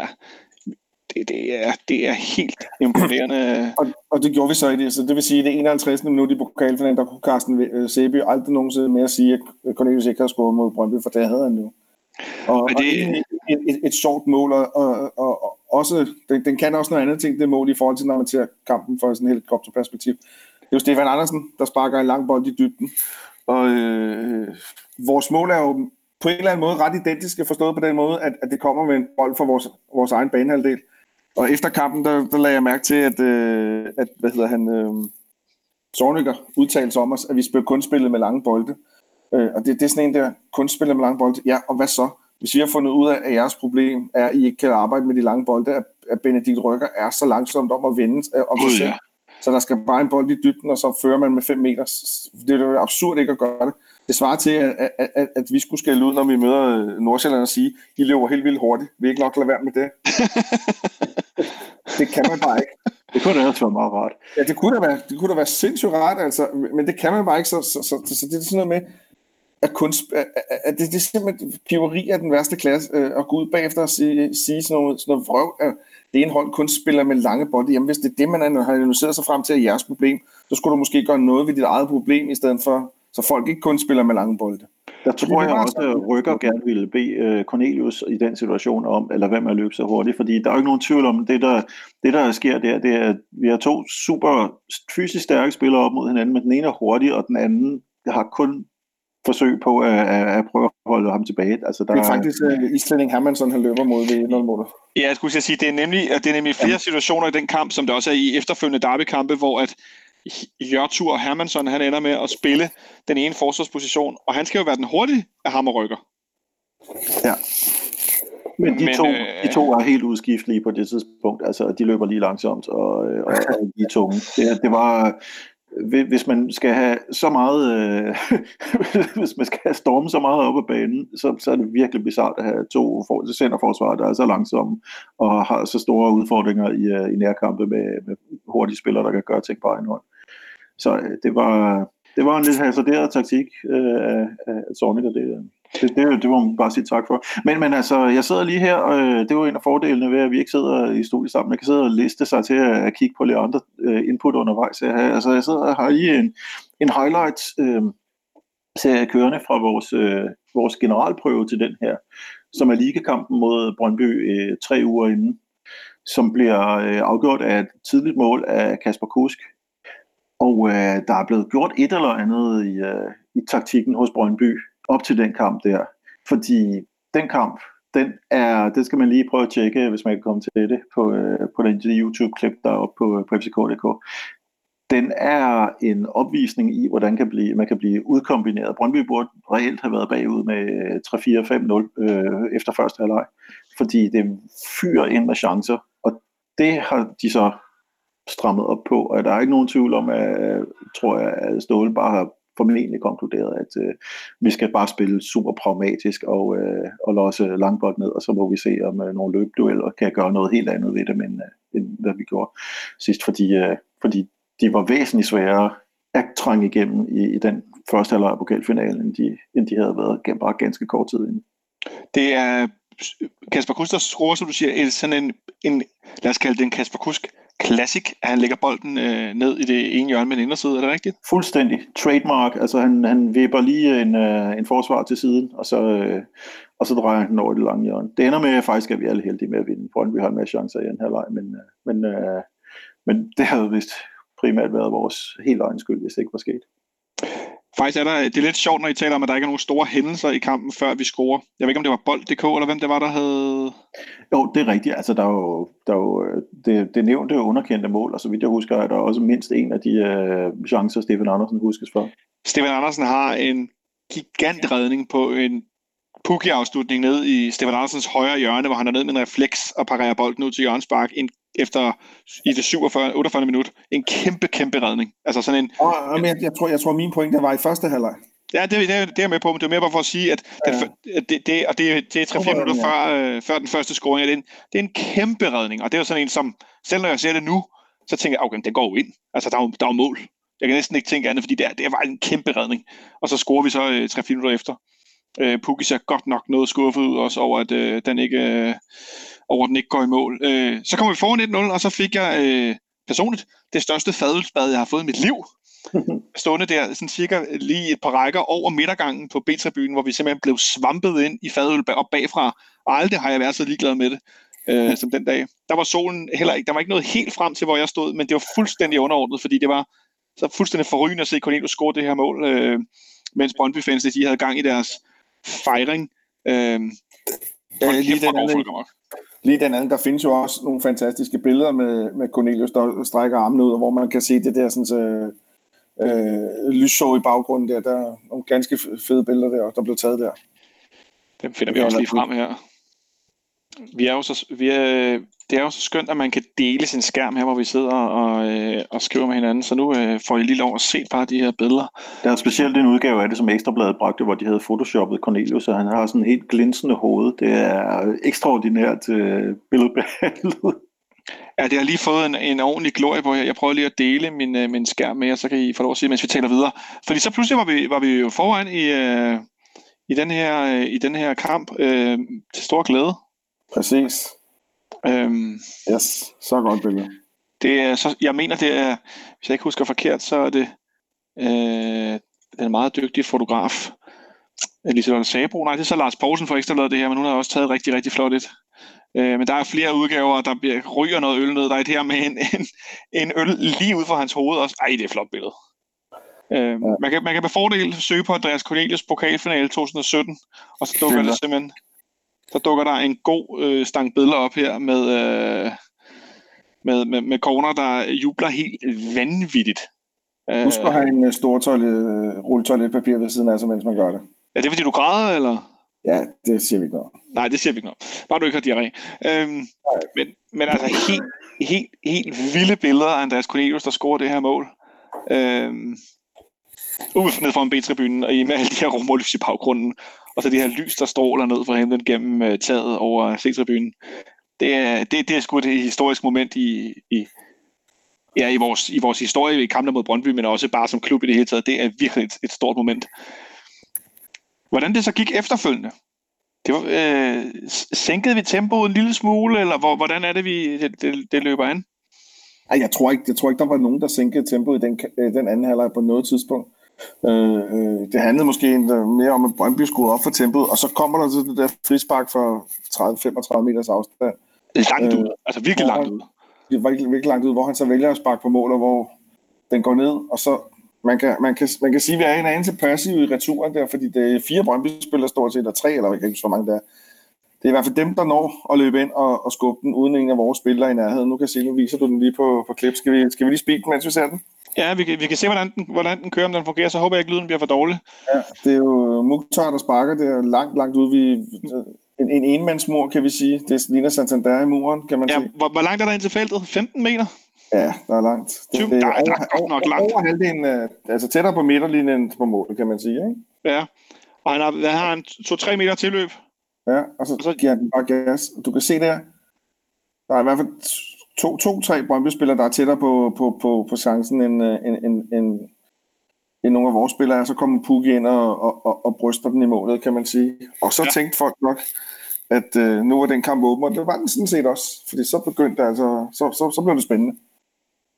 Det er helt imponerende. Og det gjorde vi så i det. Så det vil sige, at det 51. minut i pokalfinalen, der kunne Carsten Sæby aldrig nogensinde mere sige, at Cornelius ikke havde scoret mod Brøndby, for det havde han jo. Og et sjovt mål, og også, den kan også noget andet ting, det mål i forhold til, når man ser kampen fra sådan et helikopterperspektiv. Det er jo Stefan Andersen, der sparker en lang bold i dybden. Og vores mål er jo på en eller anden måde ret identiske, forstået på den måde, at det kommer med en bold fra vores egen banehalvdel. Og efter kampen, der lagde jeg mærke til, at Zorniger udtalte om os, at vi kun spillede med lange bolde. Og det er sådan en der, kun spiller med lange bolde. Ja, og hvad så? Hvis I har fundet ud af, at jeres problem er, at I ikke kan arbejde med de lange bolde, at Benedikt Rykker er så langsomt om at vende om sig selv. Så der skal bare en bold i dybden, og så fører man med 5 meter. Det er jo absurd ikke at gøre det. Det svarer til, at vi skulle skælde ud, når vi møder Nordsjælland og sige, I løber helt vildt hurtigt. Vi ikke nok lade være med det. Det kan man bare ikke. Det kunne da også være meget rart. Ja, det kunne da være sindssygt rart, altså, men det kan man bare ikke. Så det er sådan noget med, at det er simpelthen piveri af den værste klasse, at gå ud bagefter og sige sådan noget vrøv, at det ene hold kun spiller med lange bolde. Jamen hvis det er det, man har analyseret sig frem til at jeres problem, så skulle du måske gøre noget ved dit eget problem, i stedet for, så folk ikke kun spiller med lange bolde. Der tror jeg også, at Rykker gerne ville bede Cornelius i den situation om, eller hvem er løbe så hurtigt, fordi der er jo ikke nogen tvivl om, det der sker der, det er, at vi har 2 super fysisk stærke spillere op mod hinanden, men den ene er hurtig, og den anden har kun forsøg på at prøve at holde ham tilbage. Altså, det er faktisk islænding Hermansson, han løber mod ved 1-0-målet. Ja, jeg skulle sige, det er nemlig flere situationer i den kamp, som der også er i efterfølgende derbykampe, hvor at Jørtur og Hermansson, han ender med at spille den ene forsvarsposition, og han skal jo være den hurtige af ham og Rykker. Ja. Men de to er helt udskiftelige på det tidspunkt. Altså, de løber lige langsomt, og de er tunge. Det var... Hvis man skal have så meget, hvis man skal have stormet så meget op ad banen, så er det virkelig bizarrt at have 2 centerforsvarer, der er så langsomme og har så store udfordringer i nærkampe med hurtige spillere, der kan gøre ting på egen hånd. Så det var en lidt hasarderet taktik af Zorniger. Det må man bare sige tak for. Men altså, jeg sidder lige her, og det er jo en af fordelene ved, at vi ikke sidder i studiet sammen. Jeg kan sidde og liste sig til at kigge på lidt andre input undervejs. Jeg sidder og har lige en highlights-serie kørende fra vores generalprøve til den her, som er ligakampen mod Brøndby 3 uger inden, som bliver afgjort af et tidligt mål af Kasper Kusk. Og der er blevet gjort et eller andet i taktikken hos Brøndby op til den kamp der. Fordi den kamp, den skal man lige prøve at tjekke, hvis man kan komme til det, på den YouTube-klip, der er oppe på fck.dk. Den er en opvisning i, hvordan man kan blive udkombineret. Brøndby burde reelt have været bagud med 3-4-5-0 efter første halvleg, fordi det fyrer ind med chancer, og det har de så strammet op på, og der er ikke nogen tvivl om, tror jeg, at Ståle bare har formentlig konkluderet, at vi skal bare spille super pragmatisk og låse langbold ned, og så må vi se, om nogle løbdueller kan gøre noget helt andet ved det, end hvad vi gjorde sidst, fordi de var væsentligt sværere at trænge igennem i den første halvleg af pokalfinalen, end de havde været bare ganske kort tid inden. Det er Kasper Kusk, der scorer, som du siger, sådan en lad os kalde det en Kasper Kusk classic, at han lægger bolden ned i det ene hjørne med den inderside. Er det rigtigt? Fuldstændig. Trademark. Altså han vipper lige en forsvar til siden, og så drejer han den over i det lange hjørne. Det ender med faktisk, at vi er alle heldige med at vinde. Brøndby har en masse chancer i en halvleg, men det havde vist primært været vores helt egen skyld, hvis det ikke var sket. Faktisk det er lidt sjovt, når I taler om, at der ikke er nogen store hændelser i kampen, før vi scorer. Jeg ved ikke, om det var Bold.dk, eller hvem det var, der havde... Jo, det er rigtigt. Altså, der er jo det nævnte underkendte mål, og så vidt jeg husker, er der også mindst en af de chancer, Stefan Andersen huskes for. Stefan Andersen har en gigantredning på en Pukki-afslutning ned i Stefan Andersens højre hjørne, hvor han er ned med en refleks og parerer bolden ud til hjørnespark i det 48. minut. En kæmpe redning. Altså sådan en... Jeg tror min pointe var i første halvleg. Ja, det er jeg med på, men det er mere bare for at sige, at det er 3-4 minutter før den første scoring. Det er en kæmpe redning, og det er jo sådan en, som selv når jeg ser det nu, så tænker jeg, okay, det går jo ind. Altså, der er jo mål. Jeg kan næsten ikke tænke andet, fordi det var en kæmpe redning. Og så scorer vi så 3-4 minutter efter. Pukki ser godt nok noget skuffet ud også over, at den ikke går i mål. Så kommer vi foran 1-0, og så fik jeg personligt det største fadølsbad, jeg har fået i mit liv. Stående der sådan cirka lige et par rækker over midtergangen på B-tribunen, hvor vi simpelthen blev svampet ind i fadøl op bagfra, og aldrig har jeg været så ligeglad med det som den dag. Der var solen heller ikke, der var ikke noget helt frem til, hvor jeg stod, men det var fuldstændig underordnet, fordi det var så fuldstændig forrygende at se Cornelius score det her mål, mens Brøndby-fans, de havde gang i deres fejring. Lige den anden, der findes jo også nogle fantastiske billeder med Cornelius, der strækker armene ud, og hvor man kan se det der sådan lysshow i baggrunden der. Der er nogle ganske fede billeder der blev taget der. Dem finder vi også lige frem her. Det er jo så skønt, at man kan dele sin skærm her, hvor vi sidder og skriver med hinanden. Så nu får I lige lov at se bare de her billeder. Der er specielt en udgave af det, som Ekstrabladet bragte, hvor de havde photoshoppet Cornelius, og han har sådan en helt glinsende hoved. Det er ekstraordinært billedbehandlet. Ja, det har lige fået en ordentlig glorie på her. Jeg prøver lige at dele min skærm med jer, så kan I få lov at se, mens vi taler videre. Fordi så pludselig var vi jo foran i den her kamp til stor glæde. Præcis. Yes, så godt billede. Jeg mener, det er, hvis jeg ikke husker forkert, så er det den meget dygtige fotograf, Liselotte Sabro. Nej, det er så Lars Poulsen for Ekstrabladet det her, men hun har også taget rigtig, rigtig flot et. Men der er flere udgaver, der ryger noget øl ned. Der er et her med en øl lige ud for hans hoved også. Ej, det er et flot billede. Man kan med fordel søge på Andreas Cornelius pokalfinale 2017, og så dukker det simpelthen... Så dukker der en god stang billeder op her med corner, der jubler helt vanvittigt. Husk at have en stor rulle toiletpapir ved siden af sig, mens man gør det. Er det fordi du græder, eller? Ja, det siger vi ikke noget. Nej, det siger vi ikke noget. Bare du ikke har diarré. Men altså helt vilde billeder af Andreas Cornelius, der scorer det her mål. Ned foran B-tribunen, og med alle de her rummålys i baggrunden. Og så de her lys, der stråler ned fra himlen gennem taget over C-tribunen. Det er sgu et historisk moment i vores historie i kampen mod Brøndby, men også bare som klub i det hele taget. Det er virkelig et stort moment. Hvordan det så gik efterfølgende? Det var, sænkede vi tempoet en lille smule, eller hvordan er det, det løber an? Ej, jeg tror ikke, der var nogen, der sænkede tempoet i den anden halvleg på noget tidspunkt. Det handlede måske mere om, at Brøndby skruede op for tempoet, og så kommer der så det der frispark for 30-35 meters afstand. Langt ud, altså virkelig langt ud. Det var virkelig langt ud, hvor han så vælger at sparke på mål, og hvor den går ned, og så man kan sige, at vi er en anelse passiv i returen der, fordi det er 4 Brøndby-spillere stort set, eller 3, eller jeg kan ikke så mange der. Det er i hvert fald dem, der når at løbe ind og skubbe den, uden en af vores spillere i nærheden. Nu kan jeg se, nu viser du den lige på klip. Skal vi lige speede den, mens vi ser den? Ja, vi kan se, hvordan den kører, om den fungerer. Så håber jeg ikke, lyden bliver for dårlig. Ja, det er jo Mukhtar, der sparker. Det er langt ud. En enmandsmur, kan vi sige. Det ligner Santander i muren, kan man sige. Hvor langt er der ind til feltet? 15 meter? Ja, der er langt. Der er godt nok langt. Over halvdelen, altså tættere på midterlinjen på målet, kan man sige, ikke? Ja, og han har en 2-3 meter tilløb. Ja, og så giver han bare gas. Du kan se der er i hvert fald 2-3 Brøndby-spillere, der er tættere på chancen end nogle af vores spillere. Så kommer Pukki ind og bryster den i målet, kan man sige. Og så tænkte folk nok, at nu var den kamp åben, og det var den sådan set også. Fordi så begyndte det altså, så blev det spændende.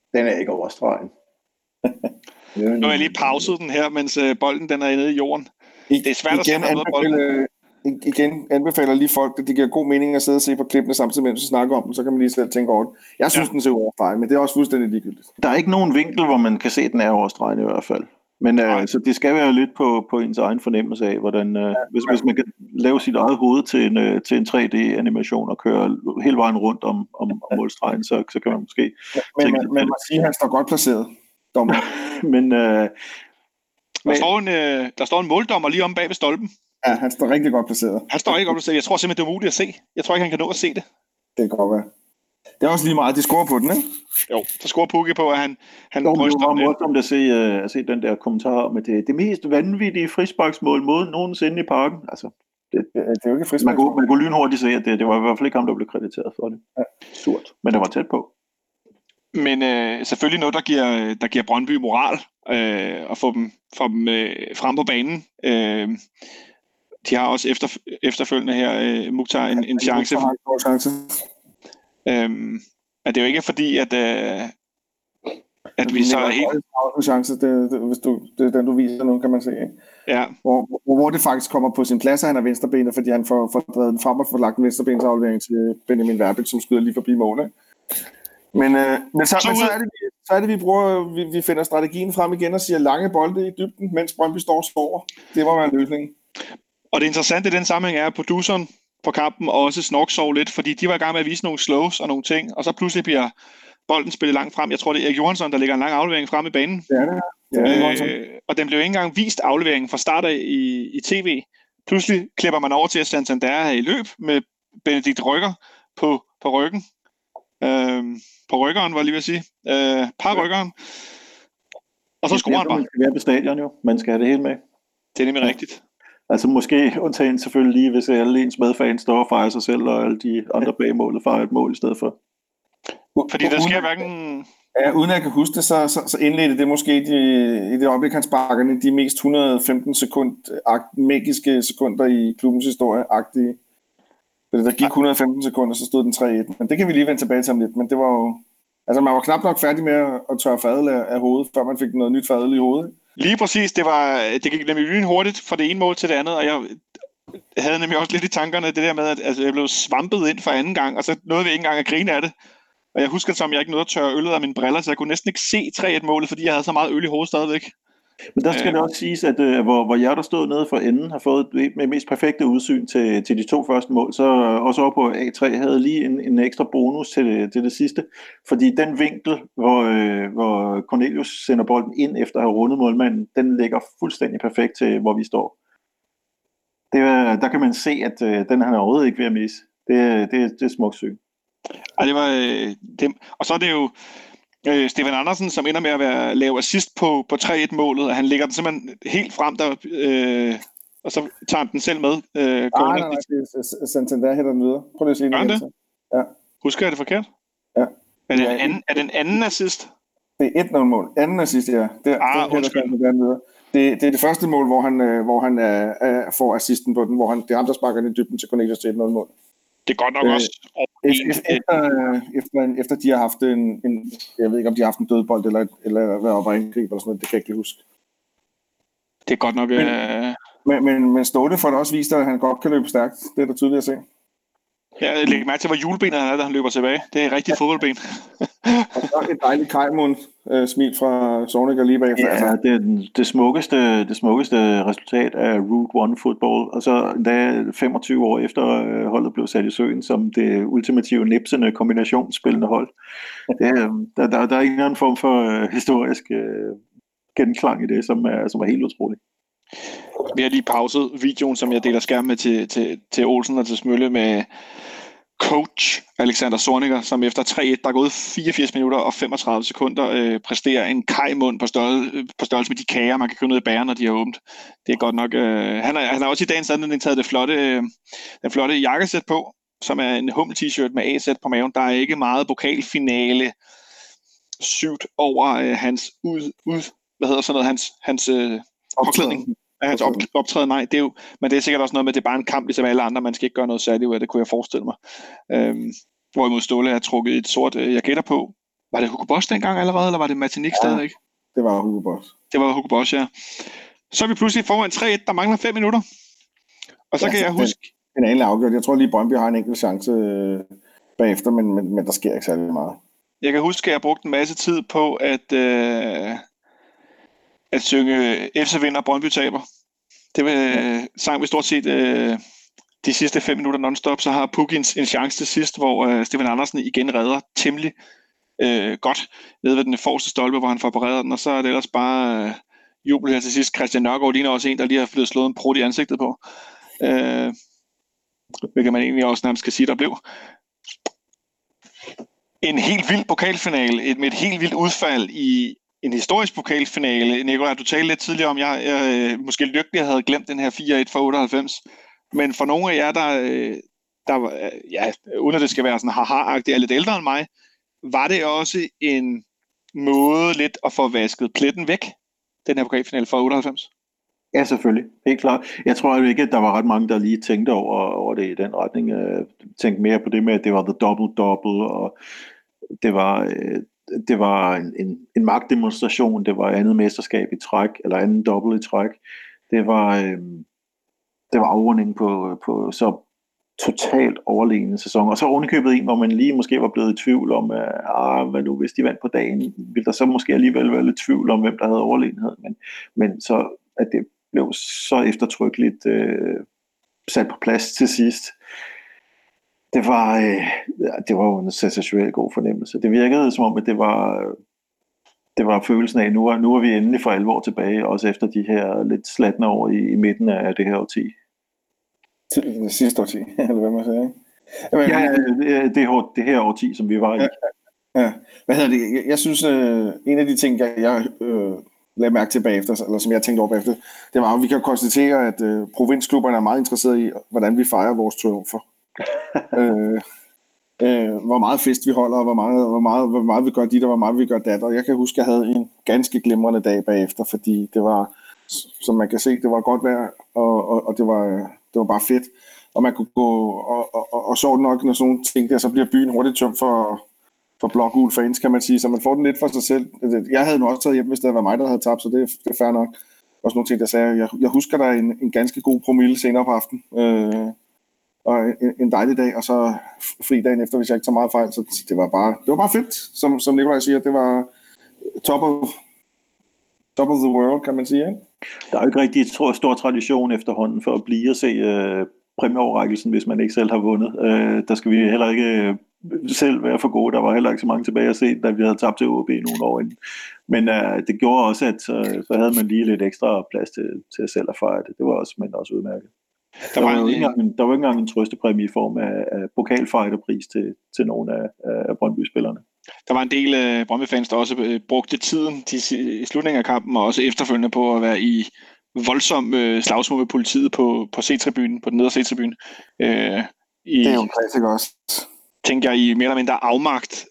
Den er ikke over stregen. Nu har jeg lige pauset den her, mens bolden den er nede i jorden. Det er svært at se noget bolden. Igen anbefaler lige folk, at det giver god mening at sidde og se på klippene samtidig mens vi snakker om den, så kan man lige selv tænke over det. Jeg synes, den ser over stregen, men det er også fuldstændig ligegyldigt. Der er ikke nogen vinkel, hvor man kan se, at den er over stregen i hvert fald. Men så det skal være lidt på ens egen fornemmelse af, hvordan hvis man kan lave sit eget hoved til en 3D-animation og køre hele vejen rundt om målstregen, så kan man måske men man må sige, at han står godt placeret, dommer. Men der står en måldommer lige om bag ved stolpen. Ja, han står rigtig godt placeret. Han står rigtig godt placeret. Jeg tror simpelthen, det er muligt at se. Jeg tror ikke, han kan nå at se det. Det kan godt være. Det er også lige meget, de scorer på den, ikke? Jo, så scorer Pukki på, at han bryster den. Det var morsomt at se den der kommentar om, at det mest vanvittige frisparksmål nogensinde i parken. Altså, det er jo ikke frisparksmål. Man kunne lynhurtigt se, at det var i hvert fald ikke ham, der blev krediteret for det. Ja. Surt, men det var tæt på. Men selvfølgelig noget, der giver Brøndby moral at få dem frem på banen. De har også efterfølgende her Mukhtar en chance. At det jo ikke er fordi, at vi så er helt... En chance, det er den, du viser nu, kan man se. Ikke? Ja. Hvor det faktisk kommer på sin plads, at han er venstrebenet, fordi han får drevet den frem og får lagt en venstrebensaflevering til Benjamin Verbit, som skyder lige forbi målet. Men så er det, vi finder strategien frem igen og siger lange bolde i dybden, mens Brøndby står og sover. Det må være løsningen. Og det interessante i den sammenhæng er, at produceren på kampen også snorksov lidt, fordi de var i gang med at vise nogle slows og nogle ting, og så pludselig bliver bolden spillet langt frem. Jeg tror, det er Erik Johansson, der lægger en lang aflevering frem i banen. Og den blev ikke engang vist afleveringen fra start af i tv. Pludselig klipper man over til, at Santander er i løb med Benedikt Rykker på ryggen. På rykkeren, var jeg lige ved at sige. Rykkeren. Og så scorer han bare. Man skal være på stadion jo. Man skal have det hele med. Det er nemlig rigtigt. Altså måske undtagen selvfølgelig lige, hvis alle ens medfans står og fejrer sig selv, og alle de andre bag målet fejrer et mål i stedet for. Fordi der sker hverken... Ja, uden at jeg kan huske det, så indledte det måske i det øjeblik, han sparker de mest 115 magiske sekunder i klubbens historie-agtige. Der gik 115 sekunder, så stod den 3-1. Men det kan vi lige vende tilbage til om lidt. Men det var jo... Altså, man var knap nok færdig med at tørre fadel af hovedet, før man fik noget nyt fadel i hovedet. Lige præcis. Det gik nemlig lynhurtigt fra det ene mål til det andet, og jeg havde nemlig også lidt i tankerne det der med, at jeg blev svampet ind for anden gang, og så nåede vi ikke engang at grine af det. Og jeg husker, som jeg ikke nåede at tørre øllet af mine briller, så jeg kunne næsten ikke se 3-1-målet, fordi jeg havde så meget øl i hovedet stadigvæk. Men der skal det også siges, at hvor jeg, der stod nede for enden, har fået det mest perfekte udsyn til de to første mål, så også over på A3 havde lige en ekstra bonus til det sidste. Fordi den vinkel, hvor Cornelius sender bolden ind efter at have rundet målmanden, den ligger fuldstændig perfekt til, hvor vi står. Der kan man se, at den han er overhovedet ikke ved at misse. Det er smukt syn. Og det var det. Og så er det jo Stefan Andersen, som ender med at lave assist på 3-1-målet, og han lægger den simpelthen helt frem der, og så tager han den selv med. Nej, Santander hætter den videre. Prøv lige at se det. Ja. Husker jeg det forkert? Ja. Er det en anden assist? Det er 1-0-mål. Anden assist, ja. Det er det første mål, hvor han får assisten på den, hvor det er ham, der sparker den i dybden til Cornelius til 1-0-mål. Det er godt nok også. Efter de har haft en jeg ved ikke, om de har haft en dødbold, eller været oppe og angribe, eller sådan noget, det kan jeg ikke huske. Det er godt nok... Men Ståle får det også vist, at han godt kan løbe stærkt. Det er der tydeligt at se. Ja, læg mærke til, hvor julebenet han er, da han løber tilbage. Det er rigtig fodboldben. Og så et dejligt Kajmund smil fra Zorniger lige bagefter. Ja, det er det smukkeste resultat af Route 1 football. Og så da 25 år efter holdet blev sat i søen som det ultimative nipsende kombinationsspillende hold. Der er ingen anden form for historisk genklang i det, som er helt utroligt. Vi har lige pauset videoen, som jeg deler skærm med til Olsen og til Smølle med coach Alexander Zorniger, som efter 3-1, der er gået 84 minutter og 35 sekunder, præsterer en kajmund på størrelse med de kager, man kan købe ned i bæren, når de har åbent. Det er godt nok... Han har også i dagens anledning taget den flotte jakkesæt på, som er en Hummel t-shirt med A-sæt på maven. Der er ikke meget pokalfinale sygt over hans hans påklædning. Hans optræden, nej, det er jo, men det er sikkert også noget med, at det er bare en kamp, ligesom alle andre, man skal ikke gøre noget særligt ud af, det kunne jeg forestille mig. Hvorimod Ståle er trukket et sort, jeg gætter på, Var det Hugo Boss dengang allerede, eller var det Martinique stadigvæk? Det var Hugo Boss. Det var Hugo Boss, ja. Så er vi pludselig foran 3-1, der mangler 5 minutter. Og så kan jeg huske... Finalen er afgjort. Jeg tror lige, Brøndby har en enkelt chance bagefter, men der sker ikke særlig meget. Jeg kan huske, at jeg brugte en masse tid på at synge FC vinder, Brøndby taber. Det sang vi stort set de sidste 5 minutter non-stop. Så har Pukki en chance til sidst, hvor Stefan Andersen igen redder temmelig godt nede ved den forreste stolpe, hvor han får pareret den, og så er det ellers bare jubel her til sidst. Christian Nørgaard ligner også en, der lige har blevet slået en prut i ansigtet på. Hvilket man egentlig også nærmest kan sige, der blev. En helt vild pokalfinale, med et helt vildt udfald i en historisk pokalfinale. Nikolaj, du talte lidt tidligere om, jeg måske lykkelig havde glemt den her 4-1 fra 98, men for nogle af jer, der ja, uden at det skal være sådan haha-agtigt, er lidt ældre end mig, var det også en måde lidt at få vasket pletten væk, den her pokalfinale fra 98? Ja, selvfølgelig. Helt klart. Jeg tror jo ikke, at der var ret mange, der lige tænkte over det i den retning. Tænkte mere på det med, at det var the double-double, og det var en magtdemonstration, det var andet mesterskab i træk, eller anden dobbelt i træk. Det var afrunding på så totalt overlegne sæson. Og så ovenikøbet en, hvor man lige måske var blevet i tvivl om, hvad nu hvis de vandt på dagen, ville der så måske alligevel være lidt tvivl om, hvem der havde overlegenhed. Men så at det blev så eftertrykkeligt sat på plads til sidst. Det var jo en sensationelt god fornemmelse. Det virkede som om, at det var følelsen af, nu er vi endelig for alvor tilbage, også efter de her lidt slatne år i midten af det her årti. Det sidste årti, eller hvad man siger, ikke? Det her årti, som vi var i. Ja. Hvad hedder det? Jeg synes, en af de ting, jeg lagde mærke til bagefter, eller som jeg tænkte over bagefter, det var, at vi kan konstatere, at provinsklubberne er meget interesserede i, hvordan vi fejrer vores triumfer. Hvor meget fest vi holder, og hvor meget vi gør dit, og hvor meget vi gør dat. Og jeg kan huske, at jeg havde en ganske glimrende dag bagefter, fordi det var, som man kan se, det var godt vejr, og det var bare fedt. Og man kunne gå, og sjovt nok, når sådan nogle ting der, så bliver byen hurtigt tømt for blågule fans, kan man sige, så man får den lidt for sig selv. Jeg havde nu også taget hjem, hvis det var mig, der havde tabt, så det er fair nok. Også nogle ting, der sagde, jeg husker, der er en ganske god promille senere på aftenen, og en dejlig dag, og så fri dagen efter, hvis jeg ikke tager meget fejl, så det var bare fedt, som Nikolaj siger, det var top of the world, kan man sige, ikke? Der er jo ikke rigtig stor tradition efterhånden for at blive og se præmieoverrækkelsen, hvis man ikke selv har vundet. Der skal vi heller ikke selv være for gode. Der var heller ikke så mange tilbage at se, da vi havde tabt til OB nogle år inden. Men det gjorde også, at så havde man lige lidt ekstra plads til at selv at fejre det. Det var også udmærket. Der var ikke engang en trøstepræmie i form af pokalfighterpris til nogle af Brøndby-spillerne. Der var en del Brøndby-fans, der også brugte tiden i slutningen af kampen, og også efterfølgende på at være i voldsom slagsmål med politiet på C-tribunen, på den nedre C-tribune. Det er jo en klassiker også. Tænker jeg i mere eller mindre afmagt.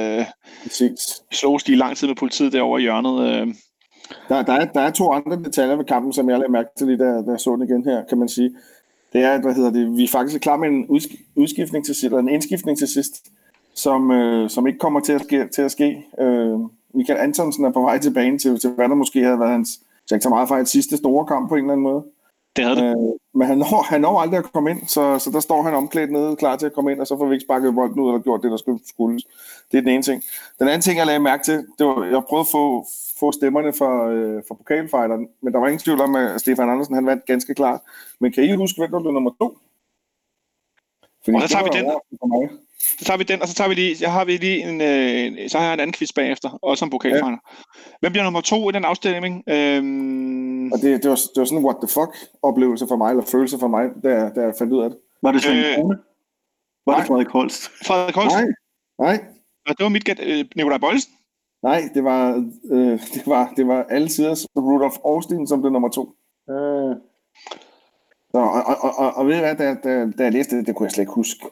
Slås de i lang tid med politiet derovre i hjørnet. Der er 2 andre detaljer ved kampen, som jeg lagde mærke til lige, da jeg så den igen her, kan man sige. Det er, at vi er faktisk klar med en udskiftning til sidst, eller en indskiftning til sidst, som ikke kommer til at ske. Michael Antonsen er på vej til banen til hvad der måske havde været hans, så ikke så meget fejl, sidste store kamp på en eller anden måde. Det havde det. Men han når aldrig at komme ind, så der står han omklædt nede, klar til at komme ind, og så får vi ikke sparket bolden ud, eller gjort det, der skulle. Det er den ene ting. Den anden ting, jeg lagde mærke til, det var, jeg prøvede at få stemmerne for pokalfighteren, men der var ingen tvivl om, at Stefan Andersen, han vandt ganske klart. Men kan I huske, hvem der blev nummer 2? Og så tager vi den. Så tager vi den, og så har vi lige så har jeg en anden quiz bagefter, også om pokalfighter. Ja. Hvem bliver nummer 2 i den afstemning? Og det var sådan en what the fuck oplevelse for mig, eller følelse for mig, da jeg fandt ud af det. Var det Svend Krone? Var det Frederik Holst? Frederik Holst? Nej. Og det var mit gæt. Nikolaj Boilesen? Nej, det var alle tiders Rudolf Austin, som blev nummer 2. Så, og ved I hvad, da jeg læste det kunne jeg slet ikke huske.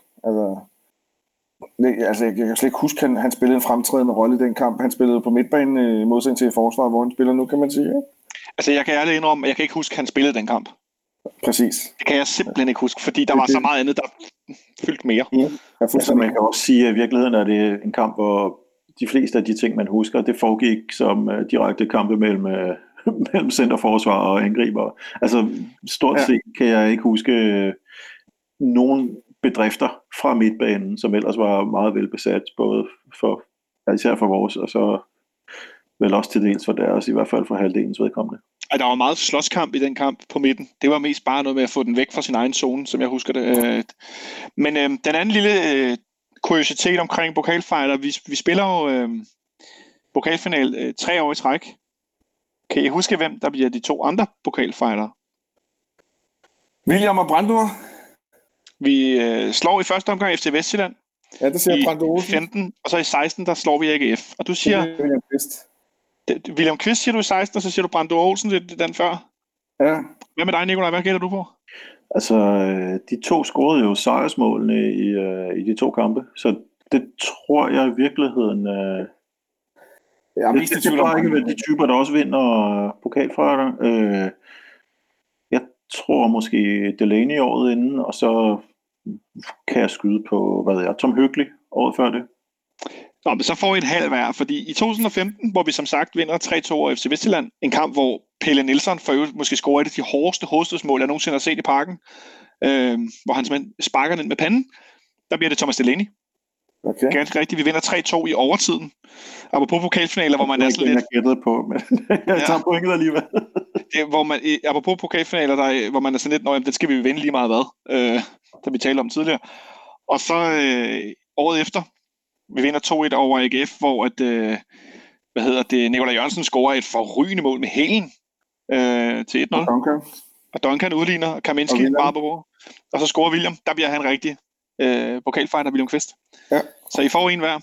Jeg kan slet ikke huske, at han spillede en fremtrædende rolle i den kamp. Han spillede på midtbanen i modsætning til forsvaret, hvor han spiller nu, kan man sige. Ikke? Altså, jeg kan ærligt indrømme, at jeg kan ikke huske, at han spillede den kamp. Præcis. Det kan jeg simpelthen ikke huske, fordi der var så meget andet, der fyldte mere. Ja, altså, man kan også sige, at i virkeligheden er det en kamp, hvor de fleste af de ting, man husker, det foregik som direkte kampe mellem centerforsvar og angriber. Altså stort set kan jeg ikke huske nogen bedrifter fra midtbanen, som ellers var meget velbesat, både især for vores, og så vel også til dels for deres, i hvert fald for halvdelens vedkommende. Der var meget slåskamp i den kamp på midten. Det var mest bare noget med at få den væk fra sin egen zone, som jeg husker det. Men den anden lille kuriositet omkring pokalfighter, vi spiller jo pokalfinal 3 år i træk. Kan I huske, hvem der bliver de 2 andre pokalfighter? William og Brandur. Vi slår i første omgang FC Vestjylland. Ja, det siger Brandur. I 15, og så i 16, der slår vi AGF. Og du siger... William Kvist. William Kvist siger du i 16, og så siger du Brandur Olsen, det den før. Ja. Hvad med dig, Nikolaj? Hvad gætter du på? Altså, de 2 scorede jo sejrsmålene i de 2 kampe, så det tror jeg i virkeligheden... det var ikke de typer, der også vinder pokalfighter. Jeg tror måske Delaney året inden, og så kan jeg skyde på, Tom Høgli året før det. Nå, men så får vi et halvt hver, fordi i 2015, hvor vi som sagt vinder 3-2 over FC Vestjylland, en kamp, hvor Pelle Nielsen for øvrigt måske scorer et af de hårdeste hovedstødsmål, jeg nogensinde har set i parken, hvor han simpelthen sparker den med panden, der bliver det Thomas Delaney. Okay. Ganske rigtigt, vi vinder 3-2 i overtiden. Apropos pokalfinaler, hvor man er sådan lidt... Jeg gættede på, men jeg tager pointet alligevel. Apropos pokalfinaler, hvor man er sådan lidt, det skal vi vinde lige meget hvad, da vi talte om tidligere. Og så året efter, vi vinder 2-1 over AGF, hvor Nikolaj Jørgensen scorer et forrygende mål med hælen til 1-0. Og Duncan udligner, og Kaminski meget på bordet. Og så scorer William. Der bliver han rigtig pokalfighter, William Kvist. Ja. Så I får en hver.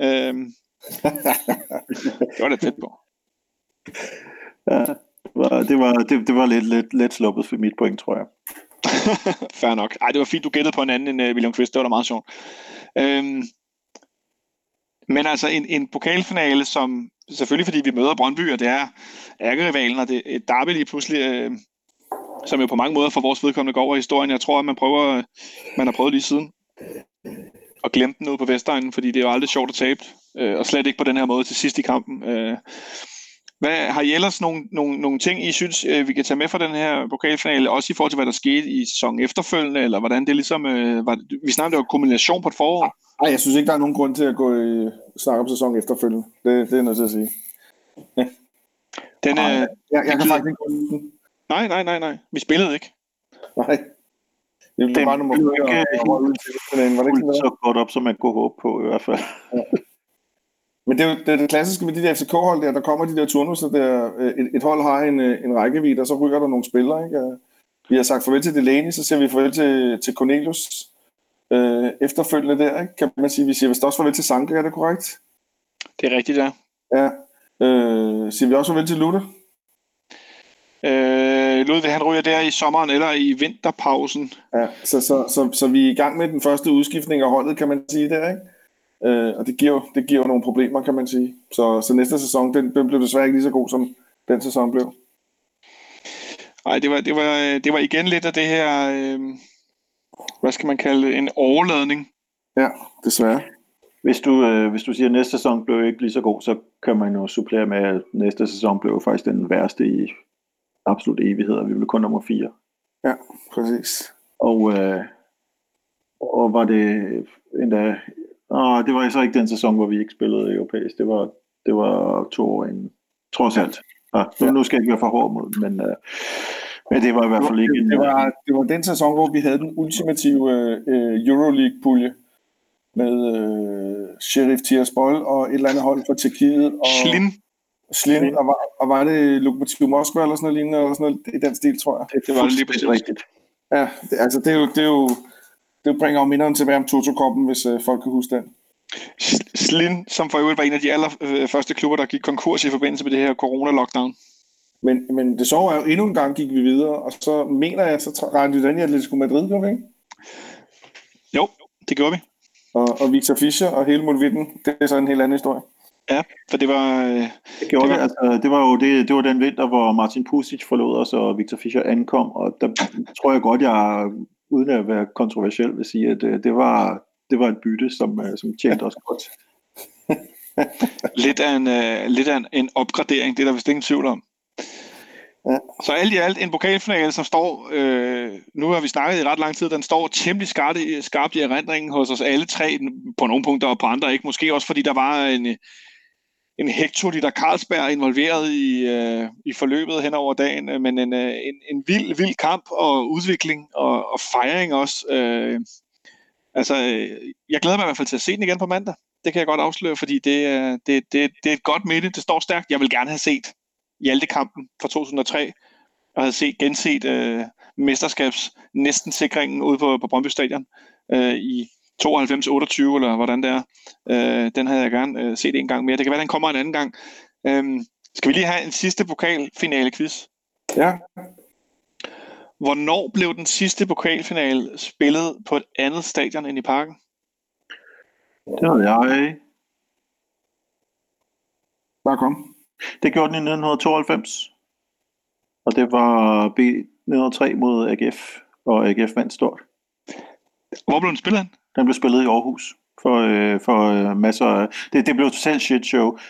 Det var da tæt på. Ja, det var lidt sluppet for mit point, tror jeg. Fair nok. Ej, det var fint, du gættede på en anden end William Kvist. Det var da meget sjovt. Men altså en pokalfinale, som selvfølgelig fordi vi møder Brøndby, og det er ærkerivalen, og det er et derby lige pludselig, som jo på mange måder for vores vedkommende går over i historien. Jeg tror, at man har prøvet lige siden at glemme den ud på Vestegnen, fordi det er jo aldrig sjovt at tabe, og slet ikke på den her måde til sidst i kampen. Har I ellers nogle ting, I synes, vi kan tage med fra den her pokalfinale, også i forhold til, hvad der skete i sæsonen efterfølgende, eller hvordan det ligesom... vi snakkede, det var en kombination på et forår. Nej, jeg synes ikke, der er nogen grund til at gå i snak om sæsonen efterfølgende. Det er noget til at sige. Jeg kan faktisk ikke gå i den. Nej. Vi spillede ikke. Nej. Det er bare nummer 4. Ikke så godt op, som man kunne håbe på i hvert fald. Ja. Men det er det klassiske med de der FCK-hold der kommer de der turnusser der. Et hold har en rækkevidde, og så rykker der nogle spillere. Ikke? Vi har sagt farvel til Delaney, så siger vi farvel til Cornelius. Efterfølgende der, ikke? Kan man sige. Vi siger vist også farvel til Sanke, er det korrekt? Det er rigtigt, ja. Ja. Siger vi også farvel til Luther? Ludvig, han ryger der i sommeren eller i vinterpausen. Ja, så vi er i gang med den første udskiftning af holdet, kan man sige der, ikke? Og det giver nogle problemer, kan man sige. Så næste sæson, den blev desværre ikke lige så god, som den sæson blev. Nej, det var igen lidt af det her, hvad skal man kalde det, en overladning. Ja, desværre. Hvis du siger, at næste sæson blev ikke lige så god, så kan man jo supplere med, at næste sæson blev faktisk den værste i absolut evighed, og vi blev kun nummer 4. Ja, præcis. Og var det endda... det var så ikke den sæson, hvor vi ikke spillede europæisk. Det var 2 år inden. Trods alt. Nu skal jeg ikke være for hård mod, men det var i hvert fald ikke... Det var den sæson, hvor vi havde den ultimative Euroleague-pulje med Sheriff Tiraspol og et eller andet hold fra Tjekkiet. Slin. Og var det Lokomotiv Moskva eller sådan noget lignende, eller sådan noget i den stil, tror jeg. Det var lige præcis rigtigt. Ja, det bringer jo minderen tilbage om Toto-koppen, hvis folk kan huske den. Slin, som for øvrigt var en af de allerførste klubber, der gik konkurs i forbindelse med det her corona-lockdown. Men det så er jo endnu en gang gik vi videre, og så mener jeg, så regnede vi den i Atletico Madrid, gjorde vi ikke? Jo, det gjorde vi. Og Victor Fischer og hele Mulvitten, det er så en helt anden historie. Ja, for det var... Det var den vinter, hvor Martin Pusic forlod os, og Victor Fischer ankom, og der tror jeg godt, jeg uden at være kontroversiel vil sige, at det var et bytte, som tjente os godt. lidt af en opgradering, det er der vist ingen tvivl om. Ja. Så alt i alt en pokalfinale, som står, nu har vi snakket i ret lang tid, den står temmelig skarpt i erindringen hos os alle tre, på nogle punkter og på andre ikke. Måske også fordi der var en hektoliter Carlsberg involveret i forløbet hen over dagen, men en vild kamp og udvikling og fejring også. Jeg glæder mig i hvert fald til at se den igen på mandag. Det kan jeg godt afsløre, fordi det er et godt minde. Det står stærkt. Jeg vil gerne have set Hjalte-kampen fra 2003, og havde genset mesterskabs næsten sikringen ude på Brøndby Stadion i 92-28, eller hvordan det er. Den havde jeg gerne set en gang mere. Det kan være, den kommer en anden gang. Skal vi lige have en sidste pokalfinale-quiz? Ja. Hvornår blev den sidste pokalfinale spillet på et andet stadion end i Parken? Det ved jeg. Bare kom. Det gjorde den i 1992. Og det var B903 mod AGF, og AGF vandt stort. Hvor blev den spillet hen? Den blev spillet i Aarhus for masser af... Det blev et totalt shit show. 3-0.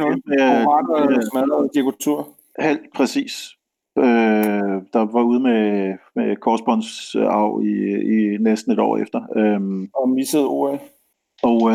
Smadret Diego Tur. Helt præcis. Der var ude med korsbåndsarv i næsten et år efter. Og misset OL. Og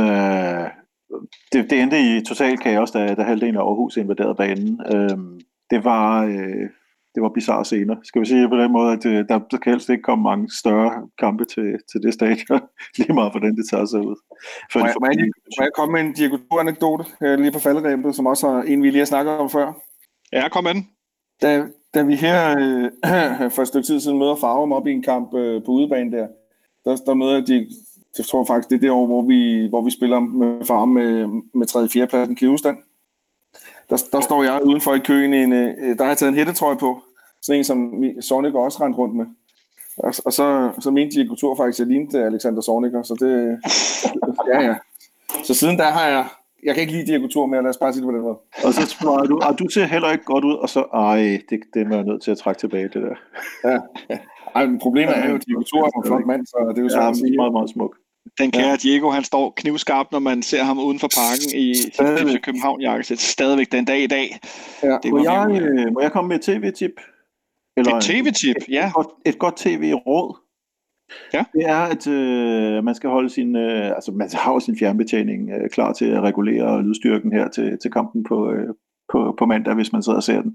det endte i total kaos, da halvdelen af Aarhus invaderede banen. Det var bizarre scener. Skal vi sige på den måde, at der kan helst ikke komme mange større kampe til det stadion, lige meget hvordan det tager sig ud. Må jeg komme med en Diego Tur-anekdote lige på falderæbet, som også er en, vi lige har snakket om før? Ja, kom med den. Da vi her for et stykke tid siden møder Farum op i en kamp på udebane der møder de, jeg tror faktisk, det er det år, hvor vi spiller med Farum med 3. og 4. pladsen Kivstand. Der står jeg udenfor i køen, der har jeg taget en hættetrøje på, sådan en som Zorniger også rendte rundt med. Og så mente Diego Tur faktisk, at jeg lignede Alexander Zorniger, så det, ja. Så siden der har jeg kan ikke lide Diego Tur mere, lad os bare sige det på den måde. Og så svarer du, og du ser heller ikke godt ud, og så, det er jeg nødt til at trække tilbage, det der. Ja. Men problemet er jo, at Diego Tur er en flot mand, så det er jo sådan at sige. Meget, meget smuk. Den kære Diego, han står knivskarp, når man ser ham uden for Parken i FC København jakkesæt. Stadigvæk den dag i dag. Ja. Må jeg komme med et tv-tip? Eller et tv-tip, ja. Et godt tv-råd. Ja. Det er, at man skal holde man har jo sin fjernbetjening klar til at regulere lydstyrken her til kampen på mandag, hvis man sidder og ser den.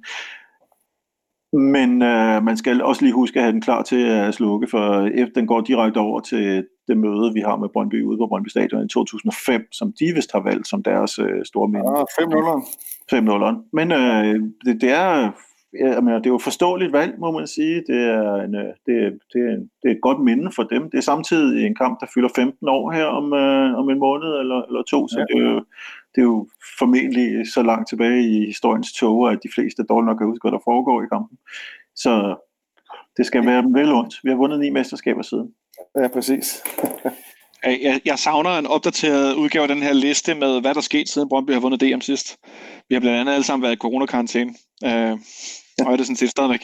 Men man skal også lige huske at have den klar til at slukke, for den går direkte over til det møde, vi har med Brøndby ude på Brøndby Stadion i 2005, som de vist har valgt som deres store minde. 5-0'eren. Men det er jo et forståeligt valg, må man sige. Det er et godt minde for dem. Det er samtidig en kamp, der fylder 15 år her om en måned eller to, så det er jo formentlig så langt tilbage i historiens tog, at de fleste dårligt nok kan huske, hvad der foregår i kampen. Så det skal være vel ondt. Vi har vundet 9 mesterskaber siden. Ja, præcis. Jeg savner en opdateret udgave af den her liste med, hvad der skete siden Brøndby har vundet DM sidst. Vi har blandt andet alle sammen været i coronakarantæne. Og er det sådan set stadigvæk.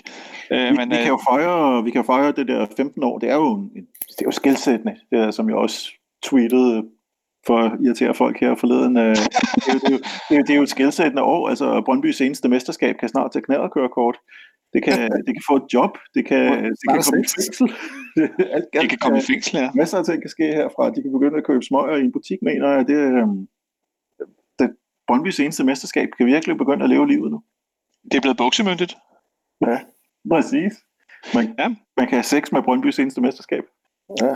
Vi kan jo fejre det der 15 år. Det er jo skelsættende, som jeg også tweetede for at irritere folk her forleden. Det er jo et skelsættende år. Altså, Brøndbys eneste mesterskab kan snart tage knallertkørekort. Det kan få et job. Det kan komme i fængsel. Det kan komme i fængsel, ja. Masser af ting kan ske herfra. De kan begynde at købe smøger i en butik, mener jeg. Det Brøndbys eneste mesterskab kan virkelig begynde at leve livet nu. Det er blevet buksemyndigt. Ja, præcis. Man kan have sex med Brøndbys eneste mesterskab. Ja.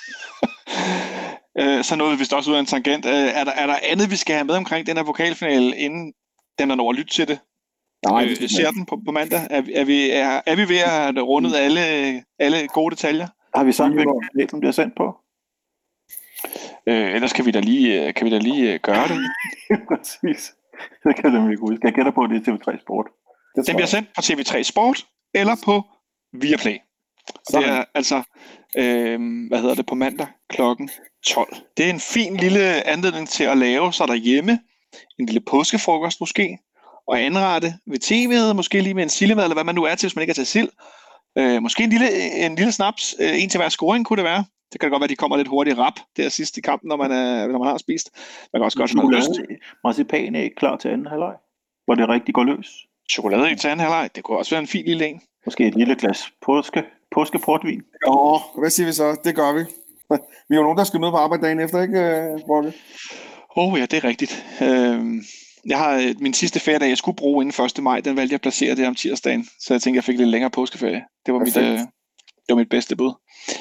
Så nåede vi vist også ud af en tangent. Er der andet, vi skal have med omkring den her pokalfinale, inden den er når at lytte til det? Nej, ser den på mandag? Er vi ved at have rundet alle gode detaljer? Har vi sagt, hvilken kanal den bliver sendt på? Ellers kan vi da lige gøre det. Præcis. Det kan jeg ikke huske. Jeg gætter på, at det er TV3 Sport. Den bliver sendt på TV3 Sport eller på Viaplay. Det er altså på mandag klokken 12. Det er en fin lille anledning til at lave sig derhjemme. En lille påskefrokost måske. Og anrette ved tv'et, måske lige med en sillemad, eller hvad man nu er til, hvis man ikke er til sild. Måske en lille snaps, en til hver scoring kunne det være. Det kan godt være, at de kommer lidt hurtigt rap der sidst i kampen, når man har spist. Man kan også godt have lyst. Marcipan er ikke klar til anden halvleg, hvor det rigtig går løs. Chokolade i til anden halvleg, det kunne også være en fin lille en. Måske et lille glas påskeportvin. Hvad siger vi så? Det gør vi. Vi er jo nogen, der skal møde på arbejde dagen efter, ikke, Borge? Ja, det er rigtigt. Jeg har min sidste feriedag, jeg skulle bruge inden 1. maj, den valgte jeg at placere det om tirsdagen, så jeg tænkte, jeg fik lidt længere påskeferie. Det var mit bedste bud.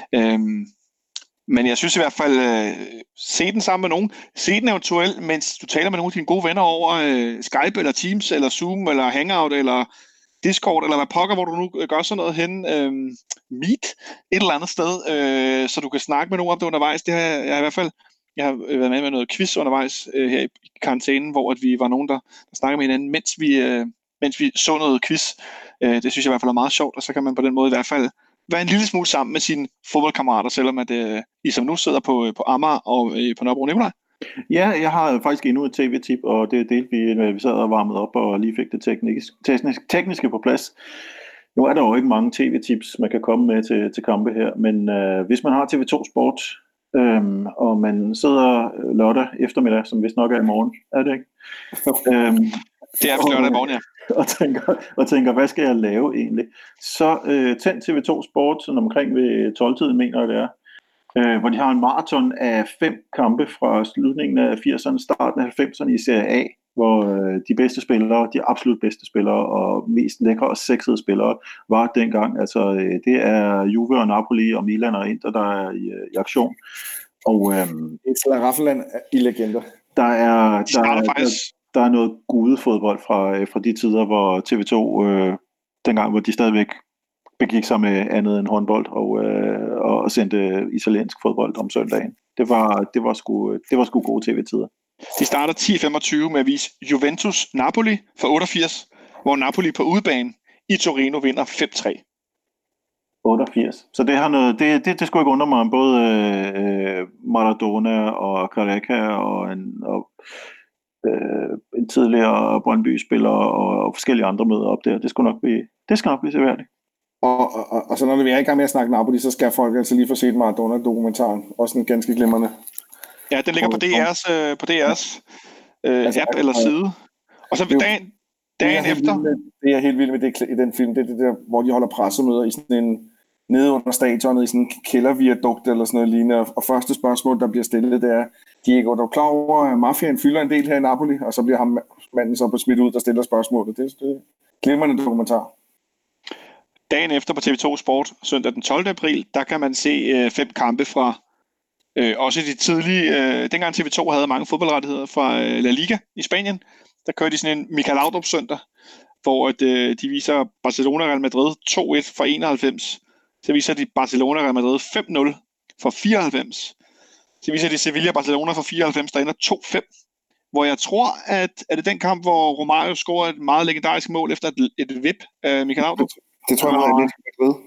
Men jeg synes i hvert fald, se den sammen med nogen. Se den eventuelt, mens du taler med nogle af dine gode venner over Skype, eller Teams, eller Zoom, eller Hangout, eller Discord, eller hvad pokker, hvor du nu gør sådan noget hen. Meet et eller andet sted, så du kan snakke med nogen om det undervejs. Det har jeg i hvert fald. Jeg har været med noget quiz undervejs her i karantænen, hvor at vi var nogen, der snakkede med hinanden, mens vi så noget quiz. Det synes jeg i hvert fald er meget sjovt, og så kan man på den måde i hvert fald være en lille smule sammen med sine fodboldkammerater, selvom at I som nu sidder på Amager og på Nørrebro. Nikolaj? Ja, jeg har faktisk endnu et tv-tip, og det delte vi sad og varmet op og lige fik det tekniske på plads. Nu er der jo ikke mange tv-tips, man kan komme med til kampe her, men hvis man har TV2 Sport, og man sidder lørdag eftermiddag, som vist nok er i morgen, er det ikke? Det er lørdag i morgen, ja. Og tænker, hvad skal jeg lave egentlig? Så tænd TV2 Sport, sådan omkring ved 12-tiden, mener jeg det er, hvor de har en maraton af 5 kampe fra slutningen af 80'erne, starten af 90'erne i Serie A, hvor de bedste spillere, de absolut bedste spillere og mest lækre og sexede spillere var dengang. Altså det er Juve og Napoli og Milan og Inter, der er i aktion. Og et slaraffenland i legender. Der er noget gudefodbold fra de tider, hvor TV2 dengang, hvor de stadigvæk begik sig med andet end håndbold og sendte italiensk fodbold om søndagen. Det var sgu gode tv-tider. De starter 10:25 med at vise Juventus Napoli for 88, hvor Napoli på udebane i Torino vinder 5-3. 88. Så det har noget, det skulle ikke undre mig om både Maradona og Careca og en tidligere Brøndby-spiller og forskellige andre møder op der. Det skal nok blive seværdigt. Og så når vi er i gang med at snakke Napoli, så skal folk altså lige få set Maradona-dokumentaren. Også en ganske glimrende. Ja, den ligger på DR's app eller side. Og så dagen efter. Det er helt vildt med det i den film. Det er det der, hvor de holder pressemøder i sådan en nede under stadionet i sådan en kælderviadukt eller sådan noget lignende. Og første spørgsmål, der bliver stillet, det er, Diego, er du klar over, at mafiaen fylder en del her i Napoli? Og så bliver manden så på smidt ud, der stiller spørgsmålet. Det er glimrende dokumentar. Dagen efter på TV2 Sport, søndag den 12. april, der kan man se 5 kampe fra også de tidlige. Dengang TV2 havde mange fodboldrettigheder fra La Liga i Spanien, der kørte de sådan en Michael Laudrup søndag, hvor de viser Barcelona Real Madrid 2-1 for 91. Så viser de Barcelona Real Madrid 5-0 for 94. Så viser de Sevilla Barcelona for 94, der ender 2-5. Hvor jeg tror, at er det den kamp, hvor Romario scorer et meget legendarisk mål efter et vip af Michael Laudrup? Det tror jeg var Atletico ved.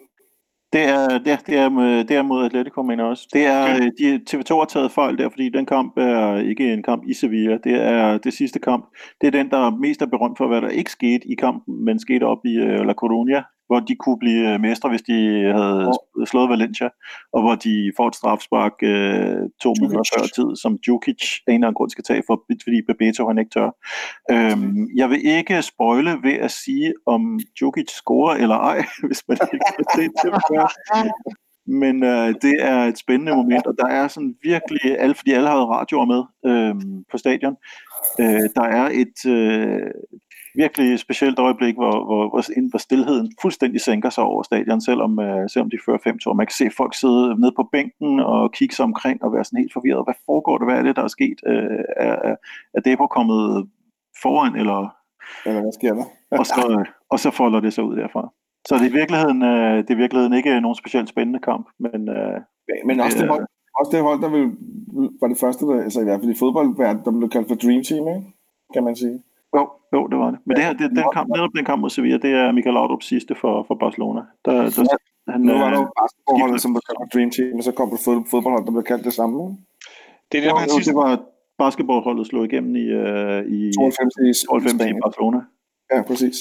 Det er mod Atletico, mener også. Det er okay. TV2 har taget fejl der, fordi den kamp er ikke en kamp i Sevilla. Det er det sidste kamp. Det er den, der mest er berømt for, hvad der ikke skete i kampen, men skete op i La Coruña, hvor de kunne blive mestre, hvis de havde slået Valencia, og hvor de får et strafspark 2 minutter før tid, som Djukic af en eller anden grund skal tage, fordi Bebeto han ikke tør. Jeg vil ikke spoile ved at sige, om Djukic scorer eller ej, hvis man ikke kan se det før. Men det er et spændende moment, og der er sådan virkelig, fordi alle havde radioer med på stadion, der er et virkelig specielt øjeblik, hvor stilheden fuldstændig sænker sig over stadion, selvom de fører 5-2. Man kan se folk sidde nede på bænken og kigge sig omkring og være sådan helt forvirret. Hvad foregår der? Hvad er det, der er sket? Er Debo kommet foran, eller hvad sker der? og så folder det sig ud derfra. Så det er i virkeligheden ikke nogen specielt spændende kamp, men også det hold, der var det første, altså i hvert fald i fodboldverdenen, der blev kaldt for Dream Team, ikke? Kan man sige. Jo, det var det. Men den kamp mod Sevilla, det er Michael Laudrups sidste for Barcelona. Nu var der jo basketballholdet, som blev kaldt for Dream Team, og så kom der fodboldholdet, der blev kaldt det samme. Det var basketballholdet slog igennem i 92 i Barcelona. Ja, præcis.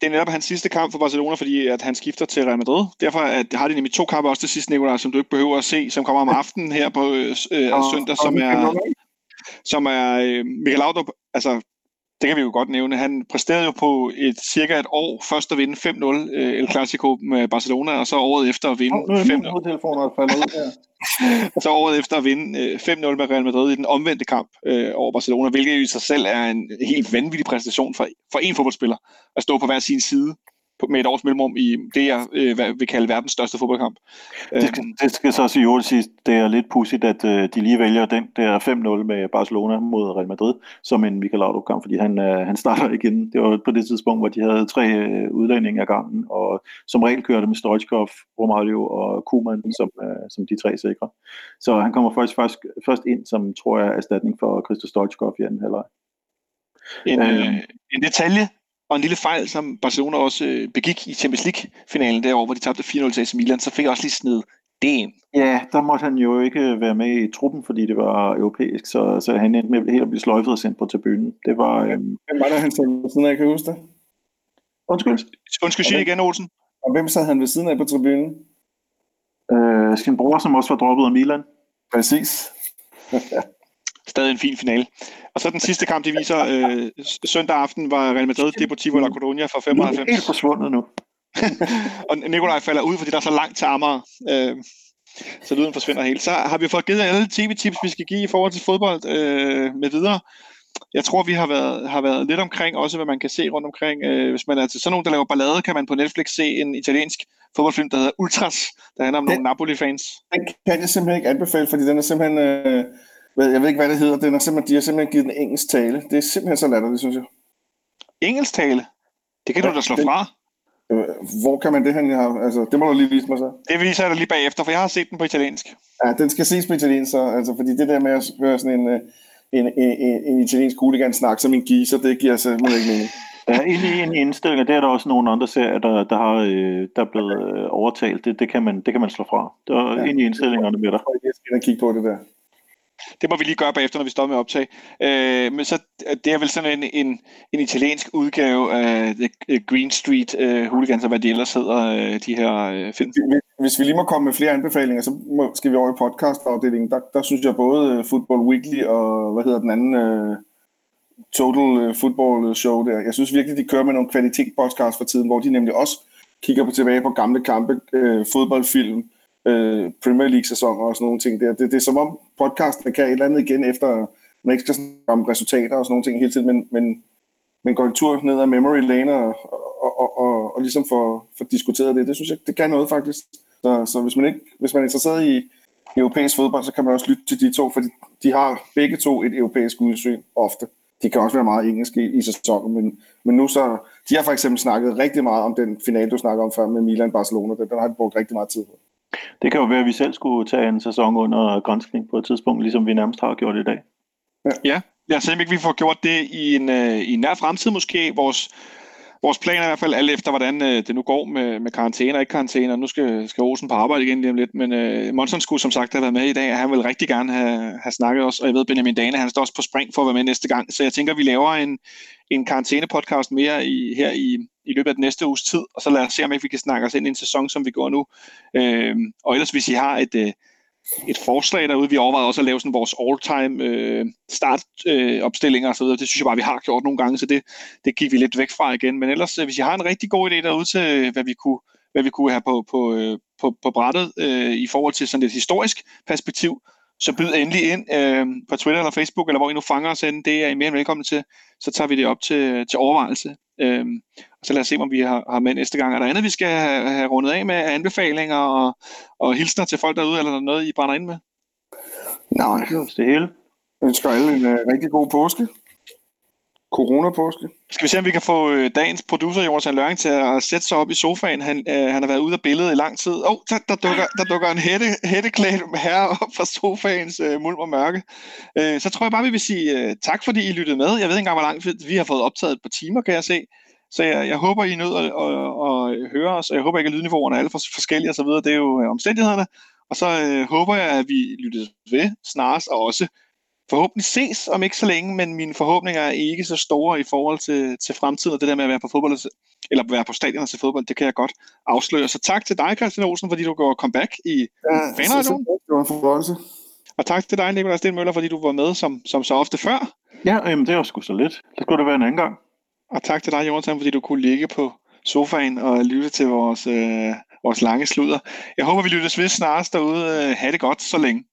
det er netop hans sidste kamp for Barcelona, fordi at han skifter til Real Madrid. Derfor har de nemlig 2 kampe også til sidst, Nicolaj, som du ikke behøver at se, som kommer om aftenen her på søndag, som er Mikel Laudrup. Altså, det kan vi jo godt nævne. Han præsterede jo på cirka et år først at vinde 5-0 El Clasico med Barcelona, og så året efter at vinde 5-0. Og så året efter at vinde 5-0 med Real Madrid i den omvendte kamp over Barcelona, hvilket i sig selv er en helt vanvittig præstation for en fodboldspiller at stå på hver sin side med et års mellemrum i det, jeg vil kalde verdens største fodboldkamp. Det skal så sige, at det er lidt pudsigt, at de lige vælger den der 5-0 med Barcelona mod Real Madrid som en Mikel Laudrup-kamp, fordi han starter igen. Det var på det tidspunkt, hvor de havde 3 udlændinge af gangen, og som regel kørte med Stoichkov, Romario og Koeman som de 3 sikre. Så han kommer faktisk først ind som, tror jeg, erstatning for Christo Stoichkov i anden halvleg. En detalje og en lille fejl, som Barcelona også begik i Champions League-finalen derovre, hvor de tabte 4-0 til AC Milan, så fik jeg også lige snedet det ind. Ja, der måtte han jo ikke være med i truppen, fordi det var europæisk, så han endte med helt at blive sløjfet og sendt på tribunen. Det var... Hvem var der, han sad ved siden af, kan jeg huske det? Undskyld, sige igen, Olsen. Og hvem sad han ved siden af på tribunen? Sin bror, som også var droppet af Milan. Præcis. Stadig en fin finale. Og så den sidste kamp, de viser søndag aften, var Real Madrid Deportivo La Coruña for 95. Helt forsvundet nu. Og Nikolaj falder ud, fordi der er så langt til Amager. Så lyden forsvinder helt. Så har vi fået givet alle tv-tips, vi skal give i forhold til fodbold med videre. Jeg tror, vi har været lidt omkring, også hvad man kan se rundt omkring. Hvis man er til sådan nogen, der laver ballade, kan man på Netflix se en italiensk fodboldfilm, der hedder Ultras, der handler om nogle Napoli-fans. Den kan jeg simpelthen ikke anbefale, fordi den er simpelthen... jeg ved ikke, hvad det hedder. De har simpelthen givet den engelsk tale. Det er simpelthen så latterligt, synes jeg. Engelsk tale? Det kan du da slå fra. Hvor kan man det hen? Altså, det må du lige vise mig så. Det viser jeg dig lige bagefter, for jeg har set den på italiensk. Ja, den skal ses på italiensk så. Altså, fordi det der med at høre sådan en italiensk hooligan-snak som en giser, det giver simpelthen ikke mening. Ja, ind i indstillinger, der er der også nogle andre serier, der er blevet overtalt. Det kan man slå fra. Der er ind i indstillingerne med dig. Jeg skal kigge på det der. Det må vi lige gøre bagefter, når vi står med optag. Men så det er vel sådan en italiensk udgave af Green Street Hooligans, og hvad de ellers hedder, de her film. Hvis vi lige må komme med flere anbefalinger, så skal vi over i podcastafdelingen. Der synes jeg både Football Weekly og, hvad hedder den anden, Total Football Show der. Jeg synes virkelig, de kører med nogle kvalitetspodcasts for tiden, hvor de nemlig også kigger tilbage på gamle kampe, fodboldfilm, Premier League-sæsoner og sådan nogle ting der. Det er som om podcastene kan et eller andet igen, efter man ikke skal snakke om resultater og sådan nogle ting hele tiden, men går en tur ned ad memory lane og ligesom får diskuteret det. Det synes jeg, det kan noget faktisk. Så hvis man er interesseret i europæisk fodbold, så kan man også lytte til de to, fordi de har begge to et europæisk udsyn ofte. De kan også være meget engelske i sæsonen, men nu så... De har for eksempel snakket rigtig meget om den finale, du snakker om før med Milan-Barcelona. Den har de brugt rigtig meget tid på. Det kan jo være, at vi selv skulle tage en sæson under granskning på et tidspunkt, ligesom vi nærmest har gjort i dag. Ja, lad os se, om ikke vi får gjort det i en nær fremtid måske. Vores plan er i hvert fald alt efter, hvordan det nu går med karantæne og ikke karantæne, og nu skal Olsen på arbejde igen lige om lidt. Men Monson skulle som sagt have været med i dag, og han vil rigtig gerne have snakket os. Og jeg ved, Benjamin Dane, han står også på spring for at være med næste gang. Så jeg tænker, vi laver en karantæne-podcast mere her i løbet af den næste uges tid, og så lad os se, om ikke vi kan snakke os ind i en sæson, som vi går nu. Og ellers, hvis I har et forslag derude, vi overvejer også at lave sådan vores all-time startopstillinger og så videre. Det synes jeg bare, vi har gjort nogle gange, så det gik vi lidt væk fra igen. Men ellers, hvis I har en rigtig god idé derude til, hvad vi kunne have på brættet i forhold til sådan et historisk perspektiv, så byd endelig ind på Twitter eller Facebook, eller hvor I nu fanger os ind. Det er I mere end velkommen til. Så tager vi det op til overvejelse. Og så lad os se, om vi har med næste gang. Er der andet, vi skal have rundet af med anbefalinger og hilsner til folk derude, eller er der noget, I brænder ind med? Nej, det hele. Jeg ønsker alle en rigtig god påske. Corona-påske. Skal vi se, om vi kan få dagens producer, Jonathan Løring, til at sætte sig op i sofaen. Han har været ude af billedet i lang tid. Der dukker en hætteklædt herre op fra sofaens mulm og mørke. Så tror jeg bare, vi vil sige tak, fordi I lyttede med. Jeg ved ikke engang, hvor langt vi har fået optaget et par timer, kan jeg se. Så jeg håber, I nød at høre os, og jeg håber ikke, at lydniveauerne er alle forskellige og så videre. Det er jo omstændighederne. Og så håber jeg, at vi lyttes ved snarest, og også forhåbentlig ses om ikke så længe, men mine forhåbninger er ikke så store i forhold til fremtiden, og det der med at være på fodbold, eller være på stadion til fodbold, det kan jeg godt afsløre. Så tak til dig, Christian Olsen, fordi du går comeback i Fanradioen. Det var en fornøjelse. Og tak til dig, Nikolaj Sten Møller, fordi du var med som så ofte før. Ja, det var sgu så lidt. Det skulle det være en anden gang. Og tak til dig, Jonathan, fordi du kunne ligge på sofaen og lytte til vores lange sludder. Jeg håber, vi lyttes ved snarest derude. Ha' det godt så længe.